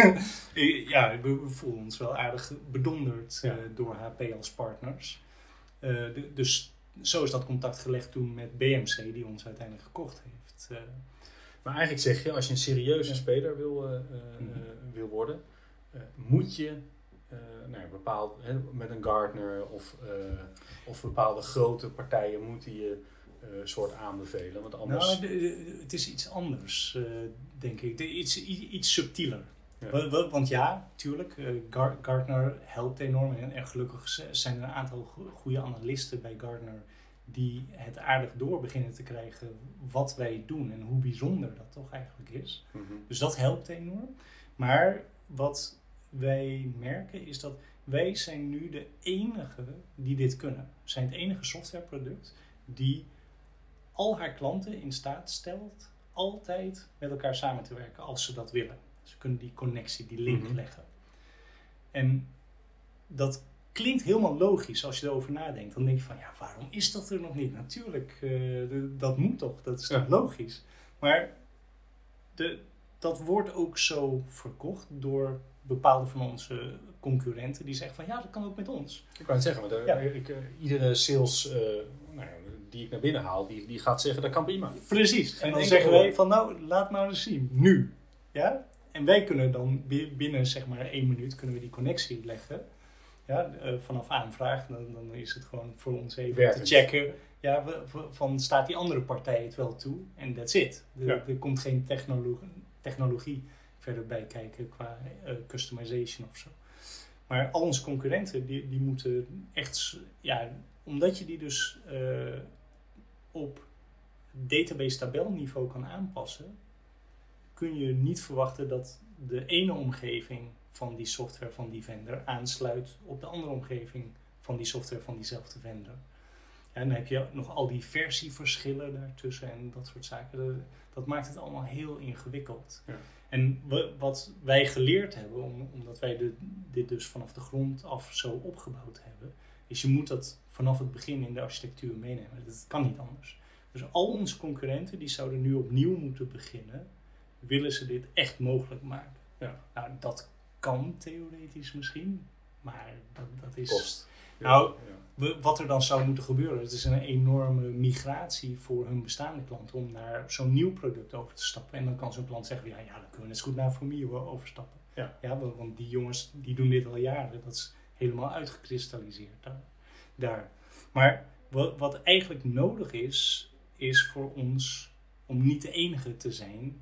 Speaker 3: Uh, ja, we, we voelden ons wel aardig bedonderd uh,
Speaker 5: Ja.
Speaker 3: door H P als partners. Uh, de, dus zo is dat contact gelegd toen met B M C, die ons uiteindelijk gekocht heeft. Uh,
Speaker 5: Maar eigenlijk zeg je, als je een serieuze
Speaker 3: Ja.
Speaker 5: speler wil, uh, uh,
Speaker 3: Mhm.
Speaker 5: wil worden, uh, moet je uh, nou ja, bepaald, hè, met een Gartner of, uh, of bepaalde grote partijen moeten je uh, soort aanbevelen. Want anders...
Speaker 3: Nou, de, de, het is iets anders, uh, denk ik. De, iets, iets, iets subtieler.
Speaker 5: Ja.
Speaker 3: Want, want ja, tuurlijk, uh, Gar, Gartner helpt enorm. En, en gelukkig zijn er een aantal go- goede analisten bij Gartner die het aardig door beginnen te krijgen wat wij doen en hoe bijzonder dat toch eigenlijk is.
Speaker 5: Mhm.
Speaker 3: Dus dat helpt enorm. Maar wat wij merken is dat wij zijn nu de enige die dit kunnen. We zijn het enige softwareproduct die al haar klanten in staat stelt altijd met elkaar samen te werken als ze dat willen. Ze kunnen die connectie, die link
Speaker 5: Mhm.
Speaker 3: leggen. En dat klinkt helemaal logisch als je erover nadenkt. Dan denk je van, ja, waarom is dat er nog niet? Natuurlijk, uh, de, dat moet toch, dat is
Speaker 5: Ja.
Speaker 3: toch logisch. Maar de, dat wordt ook zo verkocht door bepaalde van onze concurrenten die zeggen van ja, dat kan ook met ons.
Speaker 5: Ik wou het zeggen, maar de,
Speaker 3: Ja.
Speaker 5: ik, uh, iedere sales uh, nou ja, die ik naar binnen haal, die, die gaat zeggen dat kan prima.
Speaker 3: Precies. En dan
Speaker 5: enkel
Speaker 3: zeggen wij
Speaker 5: probleem.
Speaker 3: van nou, laat maar eens zien. Nu. Ja? En wij kunnen dan binnen zeg maar één minuut kunnen we die connectie leggen. Ja, uh, vanaf aanvraag, dan, dan is het gewoon voor ons even
Speaker 5: Werkend.
Speaker 3: te checken. Ja, we, we, van staat die andere partij het wel toe? En that's it. De,
Speaker 5: Ja.
Speaker 3: Er komt geen technologie, technologie verder bij kijken qua uh, customization of zo. Maar al onze concurrenten, die, die moeten echt, ja, omdat je die dus uh, op database tabelniveau kan aanpassen, kun je niet verwachten dat de ene omgeving van die software van die vendor aansluit op de andere omgeving van die software van diezelfde vendor. Ja, en dan heb je nog al die versieverschillen daartussen en dat soort zaken. Dat, dat maakt het allemaal heel ingewikkeld.
Speaker 5: Ja.
Speaker 3: En we, wat wij geleerd hebben, om, omdat wij de, dit dus vanaf de grond af zo opgebouwd hebben, is je moet dat vanaf het begin in de architectuur meenemen. Dat kan niet anders. Dus al onze concurrenten die zouden nu opnieuw moeten beginnen, willen ze dit echt mogelijk maken.
Speaker 5: Ja.
Speaker 3: Nou, dat kan theoretisch misschien, maar dat, dat is...
Speaker 5: Kost.
Speaker 3: Nou,
Speaker 5: ja.
Speaker 3: we- wat er dan zou moeten gebeuren, het is een enorme migratie voor hun bestaande klanten om naar zo'n nieuw product over te stappen. En dan kan zo'n klant zeggen, ja, ja dan kunnen we net zo goed naar Formio overstappen.
Speaker 5: Ja.
Speaker 3: Ja, want want die jongens die doen dit al jaren, dat is helemaal uitgekristalliseerd daar. daar. Maar wat, wat eigenlijk nodig is, is voor ons om niet de enige te zijn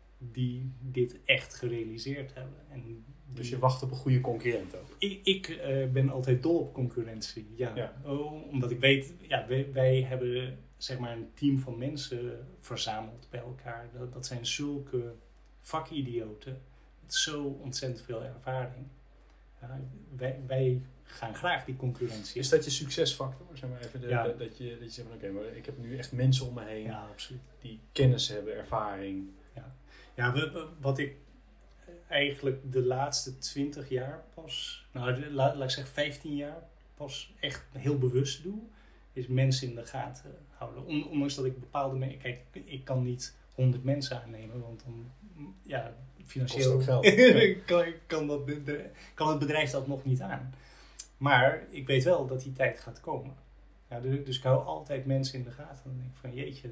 Speaker 3: die dit echt gerealiseerd hebben. En
Speaker 5: Dus je wacht op een goede concurrent ook.
Speaker 3: ik, ik uh, ben altijd dol op concurrentie, ja.
Speaker 5: Ja.
Speaker 3: Oh, omdat ik weet, ja, wij, wij hebben zeg maar een team van mensen verzameld bij elkaar. Dat, dat zijn zulke vakidioten met zo ontzettend veel ervaring. Ja, wij, wij gaan graag die concurrentie.
Speaker 5: Is dat je succesfactor? Zeg maar even de,
Speaker 3: Ja.
Speaker 5: dat, dat, je, dat je zegt van oké, maar ik heb nu echt mensen om me heen
Speaker 3: Ja, absoluut.
Speaker 5: die kennis hebben, ervaring.
Speaker 3: Ja, we- we- wat ik eigenlijk de laatste twintig jaar pas, nou de- laat, laat ik zeggen vijftien jaar pas echt heel bewust doe, is mensen in de gaten houden. On- ondanks dat ik bepaalde mensen, kijk, ik kan niet honderd mensen aannemen, want dan, ja, financieel
Speaker 5: Kost ook geld.
Speaker 3: kan, kan, dat, de- de- kan het bedrijf dat nog niet aan. Maar ik weet wel dat die tijd gaat komen. Ja, dus, dus ik hou altijd mensen in de gaten. Dan denk ik van jeetje,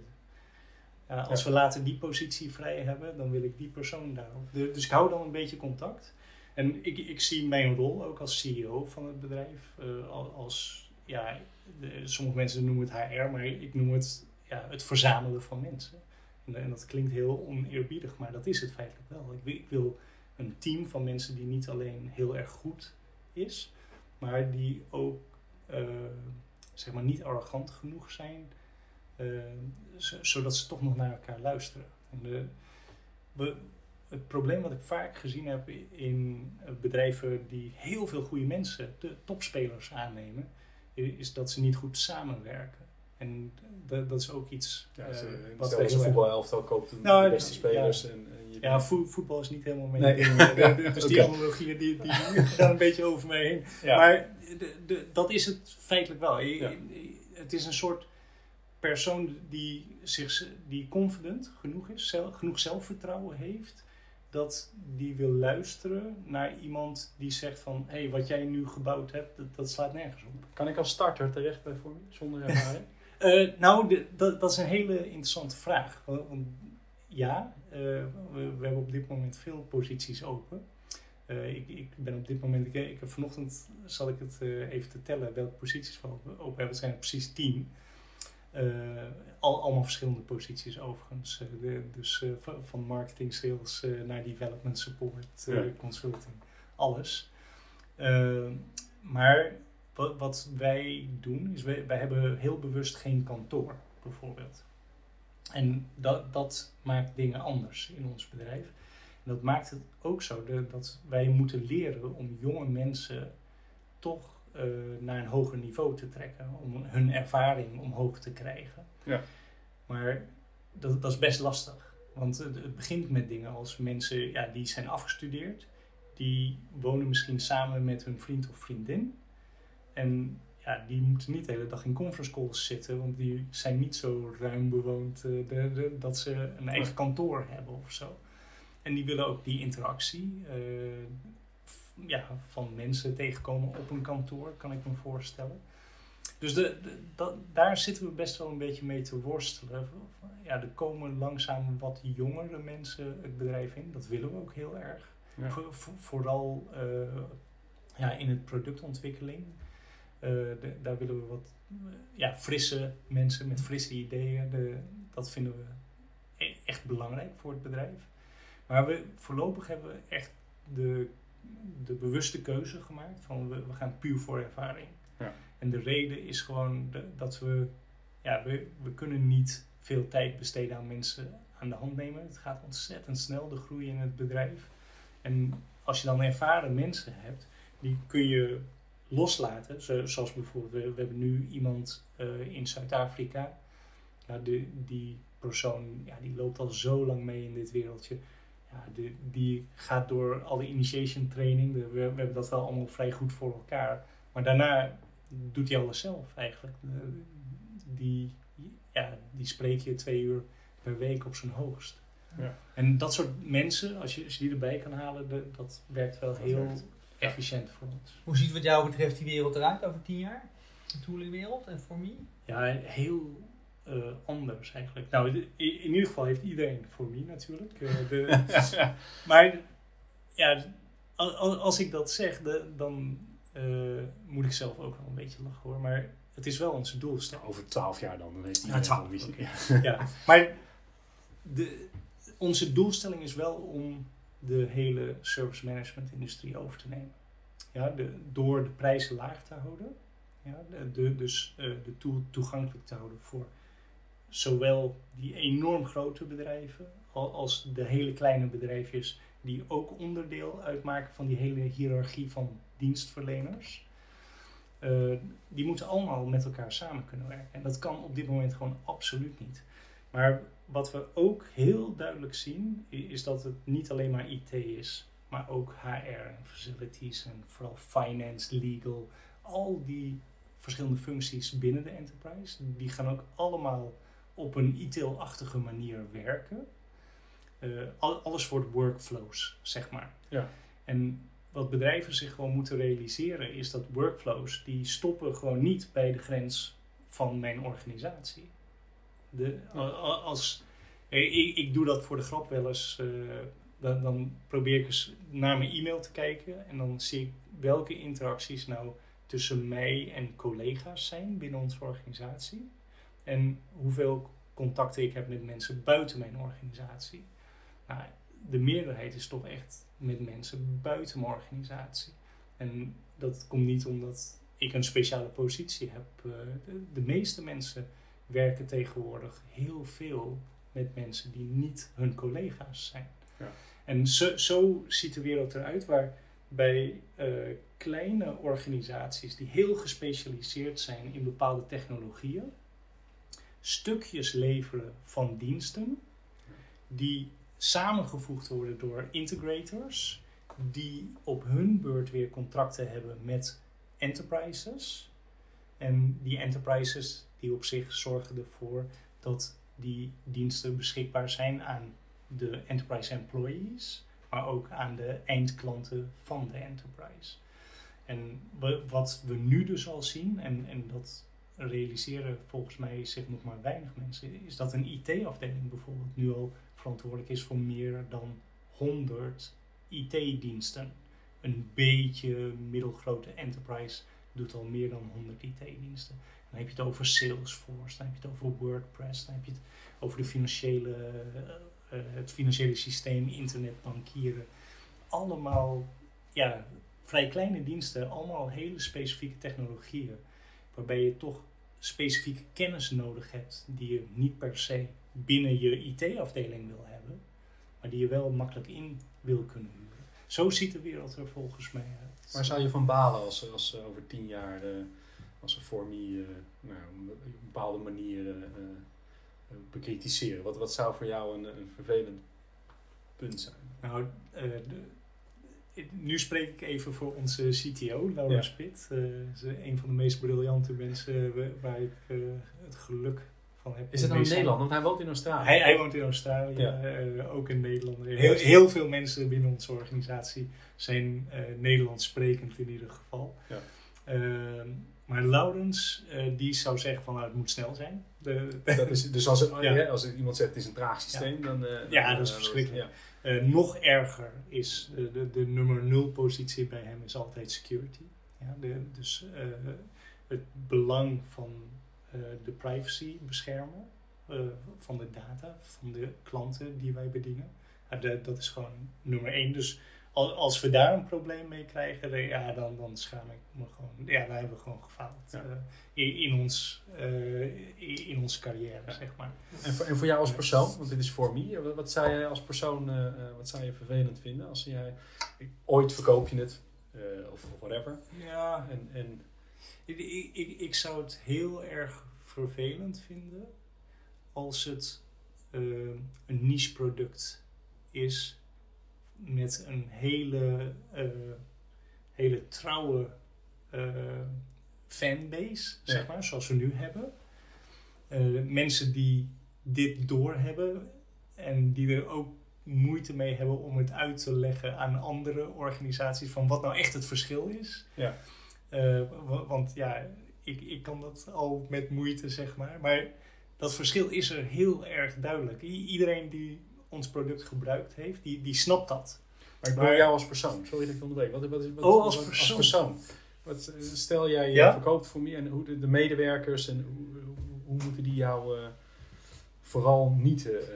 Speaker 3: ja, als
Speaker 5: Ja.
Speaker 3: we later die positie vrij hebben, dan wil ik die persoon daarop. De- Dus ik hou dan een beetje contact. En ik, ik zie mijn rol ook als C E O van het bedrijf. Uh, als, ja, de, sommige mensen noemen het H R, maar ik noem het ja, het verzamelen van mensen. En, en dat klinkt heel oneerbiedig, maar dat is het feitelijk wel. Ik wil, ik wil een team van mensen die niet alleen heel erg goed is, maar die ook uh, zeg maar niet arrogant genoeg zijn, uh, z- zodat ze toch nog naar elkaar luisteren. En de, we, het probleem wat ik vaak gezien heb in uh, bedrijven die heel veel goede mensen, de topspelers aannemen, i- is dat ze niet goed samenwerken. En d- dat is ook iets
Speaker 5: Ja,
Speaker 3: uh,
Speaker 5: dus, uh,
Speaker 3: wat
Speaker 5: stel
Speaker 3: wij
Speaker 5: dat een
Speaker 3: heel erg-
Speaker 5: voetbalelftal koopt de
Speaker 3: Nou,
Speaker 5: beste
Speaker 3: ja.
Speaker 5: spelers. En, en je
Speaker 3: Ja, vo- voetbal is niet helemaal mijn
Speaker 5: Nee.
Speaker 3: ding. De- Dus die
Speaker 5: Oké.
Speaker 3: analogieën die, die gaan een beetje over mij heen.
Speaker 5: Ja.
Speaker 3: Maar de, de, dat is het feitelijk wel. Je-
Speaker 5: Ja.
Speaker 3: je- Het is een soort persoon die, zich, die confident genoeg is, zelf, genoeg zelfvertrouwen heeft, dat die wil luisteren naar iemand die zegt van, hé, hey, wat jij nu gebouwd hebt, dat, dat slaat nergens op.
Speaker 5: Kan ik als starter terecht bij Formio zonder ervaring?
Speaker 3: Uh, nou, de, dat, dat is een hele interessante vraag. Want, want ja, uh, we, we hebben op dit moment veel posities open. Uh, ik, ik ben op dit moment, ik, ik heb vanochtend, zal ik het uh, even te tellen welke posities we open, open hebben. Het zijn er precies tien. Uh, al, allemaal verschillende posities overigens. Uh, de, dus uh, van, van marketing, sales uh, naar development, support, uh,
Speaker 5: Ja.
Speaker 3: consulting, alles. Uh, maar wat, wat wij doen, is wij, wij hebben heel bewust geen kantoor, bijvoorbeeld. En dat, dat maakt dingen anders in ons bedrijf. En dat maakt het ook zo de, dat wij moeten leren om jonge mensen toch uh, naar een hoger niveau te trekken. Om hun ervaring omhoog te krijgen.
Speaker 5: Ja.
Speaker 3: Maar dat, dat is best lastig. Want het, het begint met dingen als mensen ja, die zijn afgestudeerd. Die wonen misschien samen met hun vriend of vriendin. En ja, die moeten niet de hele dag in conference calls zitten. Want die zijn niet zo ruim bewoond uh, de, de, dat ze een eigen kantoor hebben of zo. en die willen ook die interactie uh, f- ja, van mensen tegenkomen op een kantoor, kan ik me voorstellen. Dus de, de, dat, daar zitten we best wel een beetje mee te worstelen. Ja, er komen langzaam wat jongere mensen het bedrijf in. Dat willen we ook heel erg.
Speaker 5: Ja.
Speaker 3: Vo- vo- vooral uh, ja, in het productontwikkeling. Uh, de, daar willen we wat uh, ja, frisse mensen met frisse ideeën. De, dat vinden we e- echt belangrijk voor het bedrijf. Maar we, voorlopig hebben we echt de, de bewuste keuze gemaakt van we, we gaan puur voor ervaring.
Speaker 5: Ja.
Speaker 3: En de reden is gewoon de, dat we, ja, we, we kunnen niet veel tijd besteden aan mensen aan de hand nemen. Het gaat ontzettend snel, de groei in het bedrijf. En als je dan ervaren mensen hebt, die kun je loslaten. Zo, zoals bijvoorbeeld, we, we hebben nu iemand uh, in Zuid-Afrika. Ja, de, die persoon ja, die loopt al zo lang mee in dit wereldje. Ja, die, die gaat door alle initiation training. De, we, we hebben dat wel allemaal vrij goed voor elkaar. Maar daarna doet hij alles zelf eigenlijk. De, die, ja, die spreek je twee uur per week op zijn hoogst.
Speaker 5: Ja.
Speaker 3: En dat soort mensen, als je, als je die erbij kan halen, de, dat werkt wel heel efficiënt voor ons.
Speaker 4: Hoe ziet wat jou betreft die wereld eruit over tien jaar? De toolingwereld en voor me?
Speaker 3: Ja, heel uh, anders eigenlijk. Nou, de, in, in ieder geval heeft iedereen voor me natuurlijk. Uh, de, maar ja, als, als ik dat zeg, de, dan uh, moet ik zelf ook wel een beetje lachen hoor. Maar het is wel onze doelstelling.
Speaker 5: Over twaalf jaar dan. dan heeft
Speaker 3: Ja, twaalf. Okay. Ja, maar de, onze doelstelling is wel om de hele service management industrie over te nemen. Ja, de, door de prijzen laag te houden. Ja, de, de, dus uh, de tool toegankelijk te houden voor zowel die enorm grote bedrijven als de hele kleine bedrijfjes die ook onderdeel uitmaken van die hele hiërarchie van dienstverleners. Uh, die moeten allemaal met elkaar samen kunnen werken. En dat kan op dit moment gewoon absoluut niet. Maar wat we ook heel duidelijk zien, is dat het niet alleen maar I T is, maar ook H R en facilities en vooral finance, legal, al die verschillende functies binnen de enterprise, die gaan ook allemaal op een I T I L-achtige manier werken. Uh, alles wordt workflows, zeg maar.
Speaker 5: Ja.
Speaker 3: En wat bedrijven zich gewoon moeten realiseren is dat workflows, die stoppen gewoon niet bij de grens van mijn organisatie. De, als, ik, ik doe dat voor de grap wel eens. Uh, dan, dan probeer ik eens naar mijn e-mail te kijken. En dan zie ik welke interacties nou tussen mij en collega's zijn binnen onze organisatie. En hoeveel contacten ik heb met mensen buiten mijn organisatie. Nou, de meerderheid is toch echt met mensen buiten mijn organisatie. En dat komt niet omdat ik een speciale positie heb. Uh, de, de meeste mensen werken tegenwoordig heel veel met mensen die niet hun collega's zijn. Ja. En zo, zo ziet de wereld eruit waar bij uh, kleine organisaties die heel gespecialiseerd zijn in bepaalde technologieën, stukjes leveren van diensten die samengevoegd worden door integrators die op hun beurt weer contracten hebben met enterprises. En die enterprises die op zich zorgen ervoor dat die diensten beschikbaar zijn aan de enterprise employees, maar ook aan de eindklanten van de enterprise. En we, wat we nu dus al zien, en, en dat realiseren volgens mij zich nog maar weinig mensen, is dat een I T-afdeling bijvoorbeeld nu al verantwoordelijk is voor meer dan honderd I T-diensten. Een beetje middelgrote enterprise doet al meer dan honderd I T-diensten. Dan heb je het over Salesforce, dan heb je het over WordPress, dan heb je het over de financiële, uh, het financiële systeem, internetbankieren. Allemaal ja, vrij kleine diensten, allemaal hele specifieke technologieën. Waarbij je toch specifieke kennis nodig hebt die je niet per se binnen je I T-afdeling wil hebben, maar die je wel makkelijk in wil kunnen huren. Zo ziet de wereld er volgens mij uit.
Speaker 5: Waar zou je van balen als, als uh, over tien jaar, uh, als ze voor me uh, nou, op een bepaalde manier uh, uh, bekritiseren? Wat, wat zou voor jou een, een vervelend punt zijn?
Speaker 3: Nou, uh, de, nu spreek ik even voor onze C T O, Laura ja. Spit. Uh, ze is een van de meest briljante mensen waar ik uh, het geluk van heb.
Speaker 5: Is het dan in Nederland? Want hij woont in Australië.
Speaker 3: Hij, hij woont in Australië,
Speaker 5: Ja.
Speaker 3: uh, ook in Nederland. Heel, heel veel mensen binnen onze organisatie zijn uh, Nederlands sprekend in ieder geval.
Speaker 5: Ja.
Speaker 3: Uh, maar Laurens, uh, die zou zeggen van nou, het moet snel zijn. De,
Speaker 5: Dat is, dus als, het,
Speaker 3: Ja.
Speaker 5: ja, als iemand zegt het is een traag systeem, ja. dan... Uh,
Speaker 3: Ja,
Speaker 5: dan,
Speaker 3: dat is
Speaker 5: uh,
Speaker 3: verschrikkelijk.
Speaker 5: Ja.
Speaker 3: Uh, nog erger is de, de, de nummer nul positie bij hem is altijd security. Ja, de, dus uh, het belang van uh, de privacy beschermen uh, van de data van de klanten die wij bedienen. Uh, de, dat is gewoon nummer één. Dus al, als we daar een probleem mee krijgen, dan, ja, dan, dan schaam ik me gewoon. Ja, dan hebben we gewoon gefaald
Speaker 5: Ja.
Speaker 3: uh, in, in, ons, uh, in, in onze carrière,
Speaker 5: Ja.
Speaker 3: zeg maar.
Speaker 5: En, voor, en voor jou als persoon, want dit is voor me, wat, wat zou jij als persoon, uh, wat zou je vervelend vinden als jij, ooit verkoop je het, uh, of, of whatever.
Speaker 3: Ja,
Speaker 5: En, en
Speaker 3: Ik, ik, ik zou het heel erg vervelend vinden als het uh, een niche product is met een hele, uh, hele trouwe uh, fanbase,
Speaker 5: Ja.
Speaker 3: zeg maar, zoals we nu hebben. Uh, mensen die dit doorhebben en die er ook moeite mee hebben om het uit te leggen aan andere organisaties van wat nou echt het verschil is.
Speaker 5: ja.
Speaker 3: Uh, w- want ja, ik, ik kan dat al met moeite, zeg maar. Maar dat verschil is er heel erg duidelijk. I- iedereen die ons product gebruikt heeft, die, die snapt dat.
Speaker 5: Maar ik
Speaker 3: Maar-
Speaker 5: bedoel jou als persoon, sorry dat ik onderbreek. Wat, wat, is- wat,
Speaker 3: Oh, als
Speaker 5: wat-
Speaker 3: persoon.
Speaker 5: persoon. Wat, uh, stel jij
Speaker 3: Ja?
Speaker 5: uh, verkoopt voor me en hoe de, de medewerkers en hoe, hoe, hoe moeten die jou uh, vooral niet uh, uh,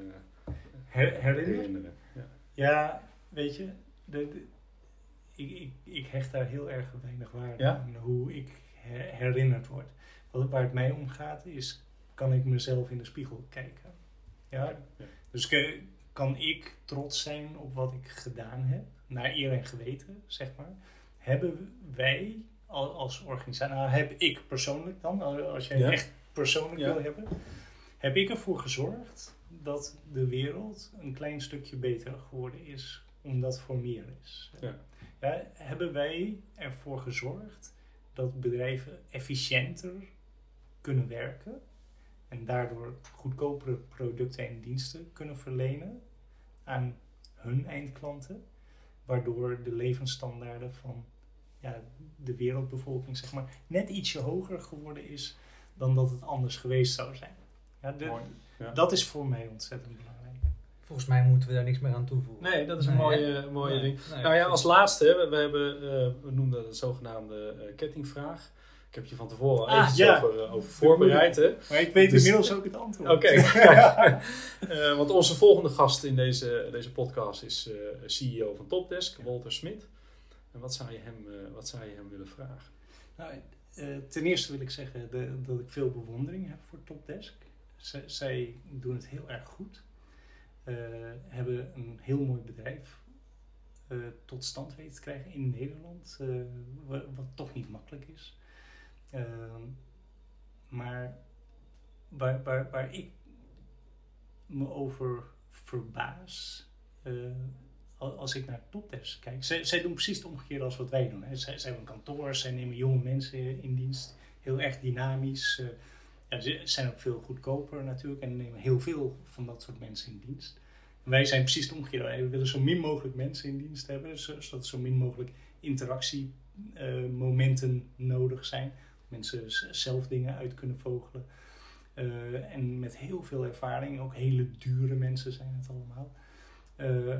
Speaker 3: Her- herinneren?
Speaker 5: herinneren? Ja.
Speaker 3: Ja, weet je, de, de- ik, ik, ik hecht daar heel erg weinig waarde
Speaker 5: Ja?
Speaker 3: aan hoe ik her- herinnerd word. Wat, waar het mij om gaat is, kan ik mezelf in de spiegel kijken? Ja?
Speaker 5: Ja.
Speaker 3: Dus ke- kan ik trots zijn op wat ik gedaan heb, naar eer en geweten, zeg maar. Hebben wij al- als organisatie, nou heb ik persoonlijk dan, als jij
Speaker 5: Ja.
Speaker 3: het echt persoonlijk
Speaker 5: Ja.
Speaker 3: wil hebben, heb ik ervoor gezorgd dat de wereld een klein stukje beter geworden is, omdat het voor meer is.
Speaker 5: Ja.
Speaker 3: Ja, hebben wij ervoor gezorgd dat bedrijven efficiënter kunnen werken en daardoor goedkopere producten en diensten kunnen verlenen aan hun eindklanten, waardoor de levensstandaarden van ja, de wereldbevolking zeg maar, net ietsje hoger geworden is dan dat het anders geweest zou zijn. Ja, de,
Speaker 5: Mooi. Ja.
Speaker 3: Dat is voor mij ontzettend belangrijk.
Speaker 4: Volgens mij moeten we daar niks meer aan toevoegen.
Speaker 5: Nee, dat is een
Speaker 4: Nee,
Speaker 5: mooie, mooie
Speaker 4: Nee,
Speaker 5: ding.
Speaker 4: nee,
Speaker 5: Nou ja,
Speaker 4: ik-
Speaker 5: als laatste, we, we hebben, uh, we noemden dat de zogenaamde uh, kettingvraag. Ik heb je van tevoren al
Speaker 3: Ah,
Speaker 5: even
Speaker 3: ja.
Speaker 5: over, uh, over voorbereid. Hè?
Speaker 3: Maar ik weet
Speaker 5: Dus-
Speaker 3: inmiddels ook het antwoord.
Speaker 5: Oké, kijk. uh, want onze volgende gast in deze, deze podcast is uh, C E O van Topdesk, Walter Smit. En wat zou je hem, uh, wat zou je hem willen vragen?
Speaker 3: Nou, uh, ten eerste wil ik zeggen de, dat ik veel bewondering heb voor Topdesk. Z- zij doen het heel erg goed. Uh, hebben een heel mooi bedrijf uh, tot stand weten te krijgen in Nederland. Uh, wat, wat toch niet makkelijk is. Uh, maar waar, waar, waar ik me over verbaas, uh, als ik naar Topdesk kijk, zij, zij doen precies het omgekeerde als wat wij doen. Hè. Zij, zij hebben een kantoor, zij nemen jonge mensen in dienst, heel erg dynamisch. Uh, ja, ze zijn ook veel goedkoper natuurlijk en nemen heel veel van dat soort mensen in dienst. En wij zijn precies het omgekeerde. We willen zo min mogelijk mensen in dienst hebben, zodat er zo min mogelijk interactiemomenten uh, nodig zijn. Mensen zelf dingen uit kunnen vogelen. Uh, en met heel veel ervaring, ook hele dure mensen zijn het allemaal. Uh,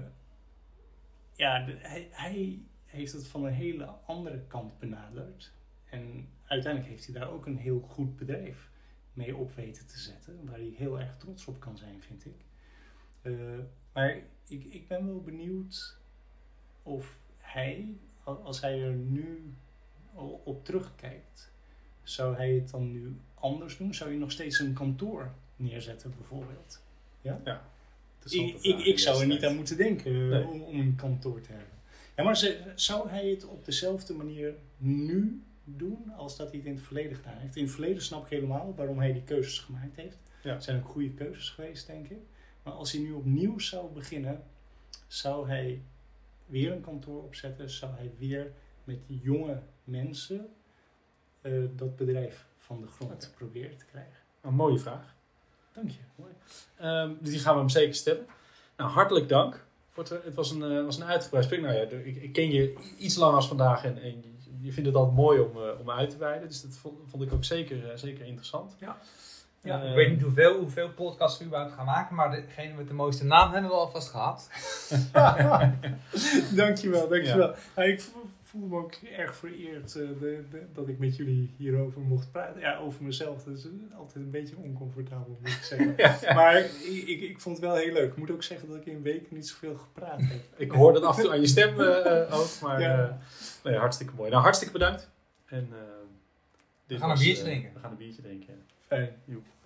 Speaker 3: ja, de, hij, hij heeft het van een hele andere kant benaderd. En uiteindelijk heeft hij daar ook een heel goed bedrijf mee op weten te zetten. Waar hij heel erg trots op kan zijn, vind ik. Uh, maar ik, ik ben wel benieuwd of hij, als hij er nu op terugkijkt, zou hij het dan nu anders doen? Zou je nog steeds een kantoor neerzetten bijvoorbeeld? Ja?
Speaker 5: Ja.
Speaker 3: Ik, ik, ik zou er niet aan moeten denken nee. om, om een kantoor te hebben. Ja, maar ze, zou hij het op dezelfde manier nu doen als dat hij het in het verleden gedaan heeft? In het verleden snap ik helemaal waarom hij die keuzes gemaakt heeft.
Speaker 5: Ja.
Speaker 3: Het zijn ook goede keuzes geweest, denk ik. Maar als hij nu opnieuw zou beginnen, zou hij weer een kantoor opzetten? Zou hij weer met die jonge mensen uh, dat bedrijf van de grond okay. proberen te krijgen?
Speaker 5: Een mooie vraag. dank je. Mooi. Um, dus die gaan we hem zeker stellen. Nou, hartelijk dank. Voor het, het was een, uh, was een uitgebreid gesprek. Nou ja, de, ik, ik ken je iets langer als vandaag en, en je, je vindt het altijd mooi om, uh, om uit te wijden. Dus dat vond, vond ik ook zeker, uh, zeker interessant.
Speaker 4: Ja. Ja,
Speaker 5: Uh,
Speaker 4: ik weet niet hoeveel, hoeveel podcasts we überhaupt gaan maken, maar degene met de mooiste naam hebben we alvast gehad.
Speaker 3: Dankjewel, dankjewel.
Speaker 5: Ja.
Speaker 3: Ja, ik voel me ook erg vereerd uh, de, de, dat ik met jullie hierover mocht praten. Ja, over mezelf. Dat is altijd een beetje oncomfortabel, moet ik zeggen.
Speaker 5: ja, ja.
Speaker 3: Maar ik, ik, ik vond het wel heel leuk. Ik moet ook zeggen dat ik in weken niet zoveel gepraat heb.
Speaker 5: Ik hoor dat af en toe aan je stem uh, ook, maar
Speaker 3: Ja.
Speaker 5: uh, nee, hartstikke mooi. Nou, hartstikke bedankt. En, uh, dit
Speaker 4: gaan een
Speaker 5: was,
Speaker 4: biertje
Speaker 5: uh,
Speaker 4: drinken.
Speaker 5: We gaan een biertje drinken.
Speaker 3: Fijn.
Speaker 5: Joep.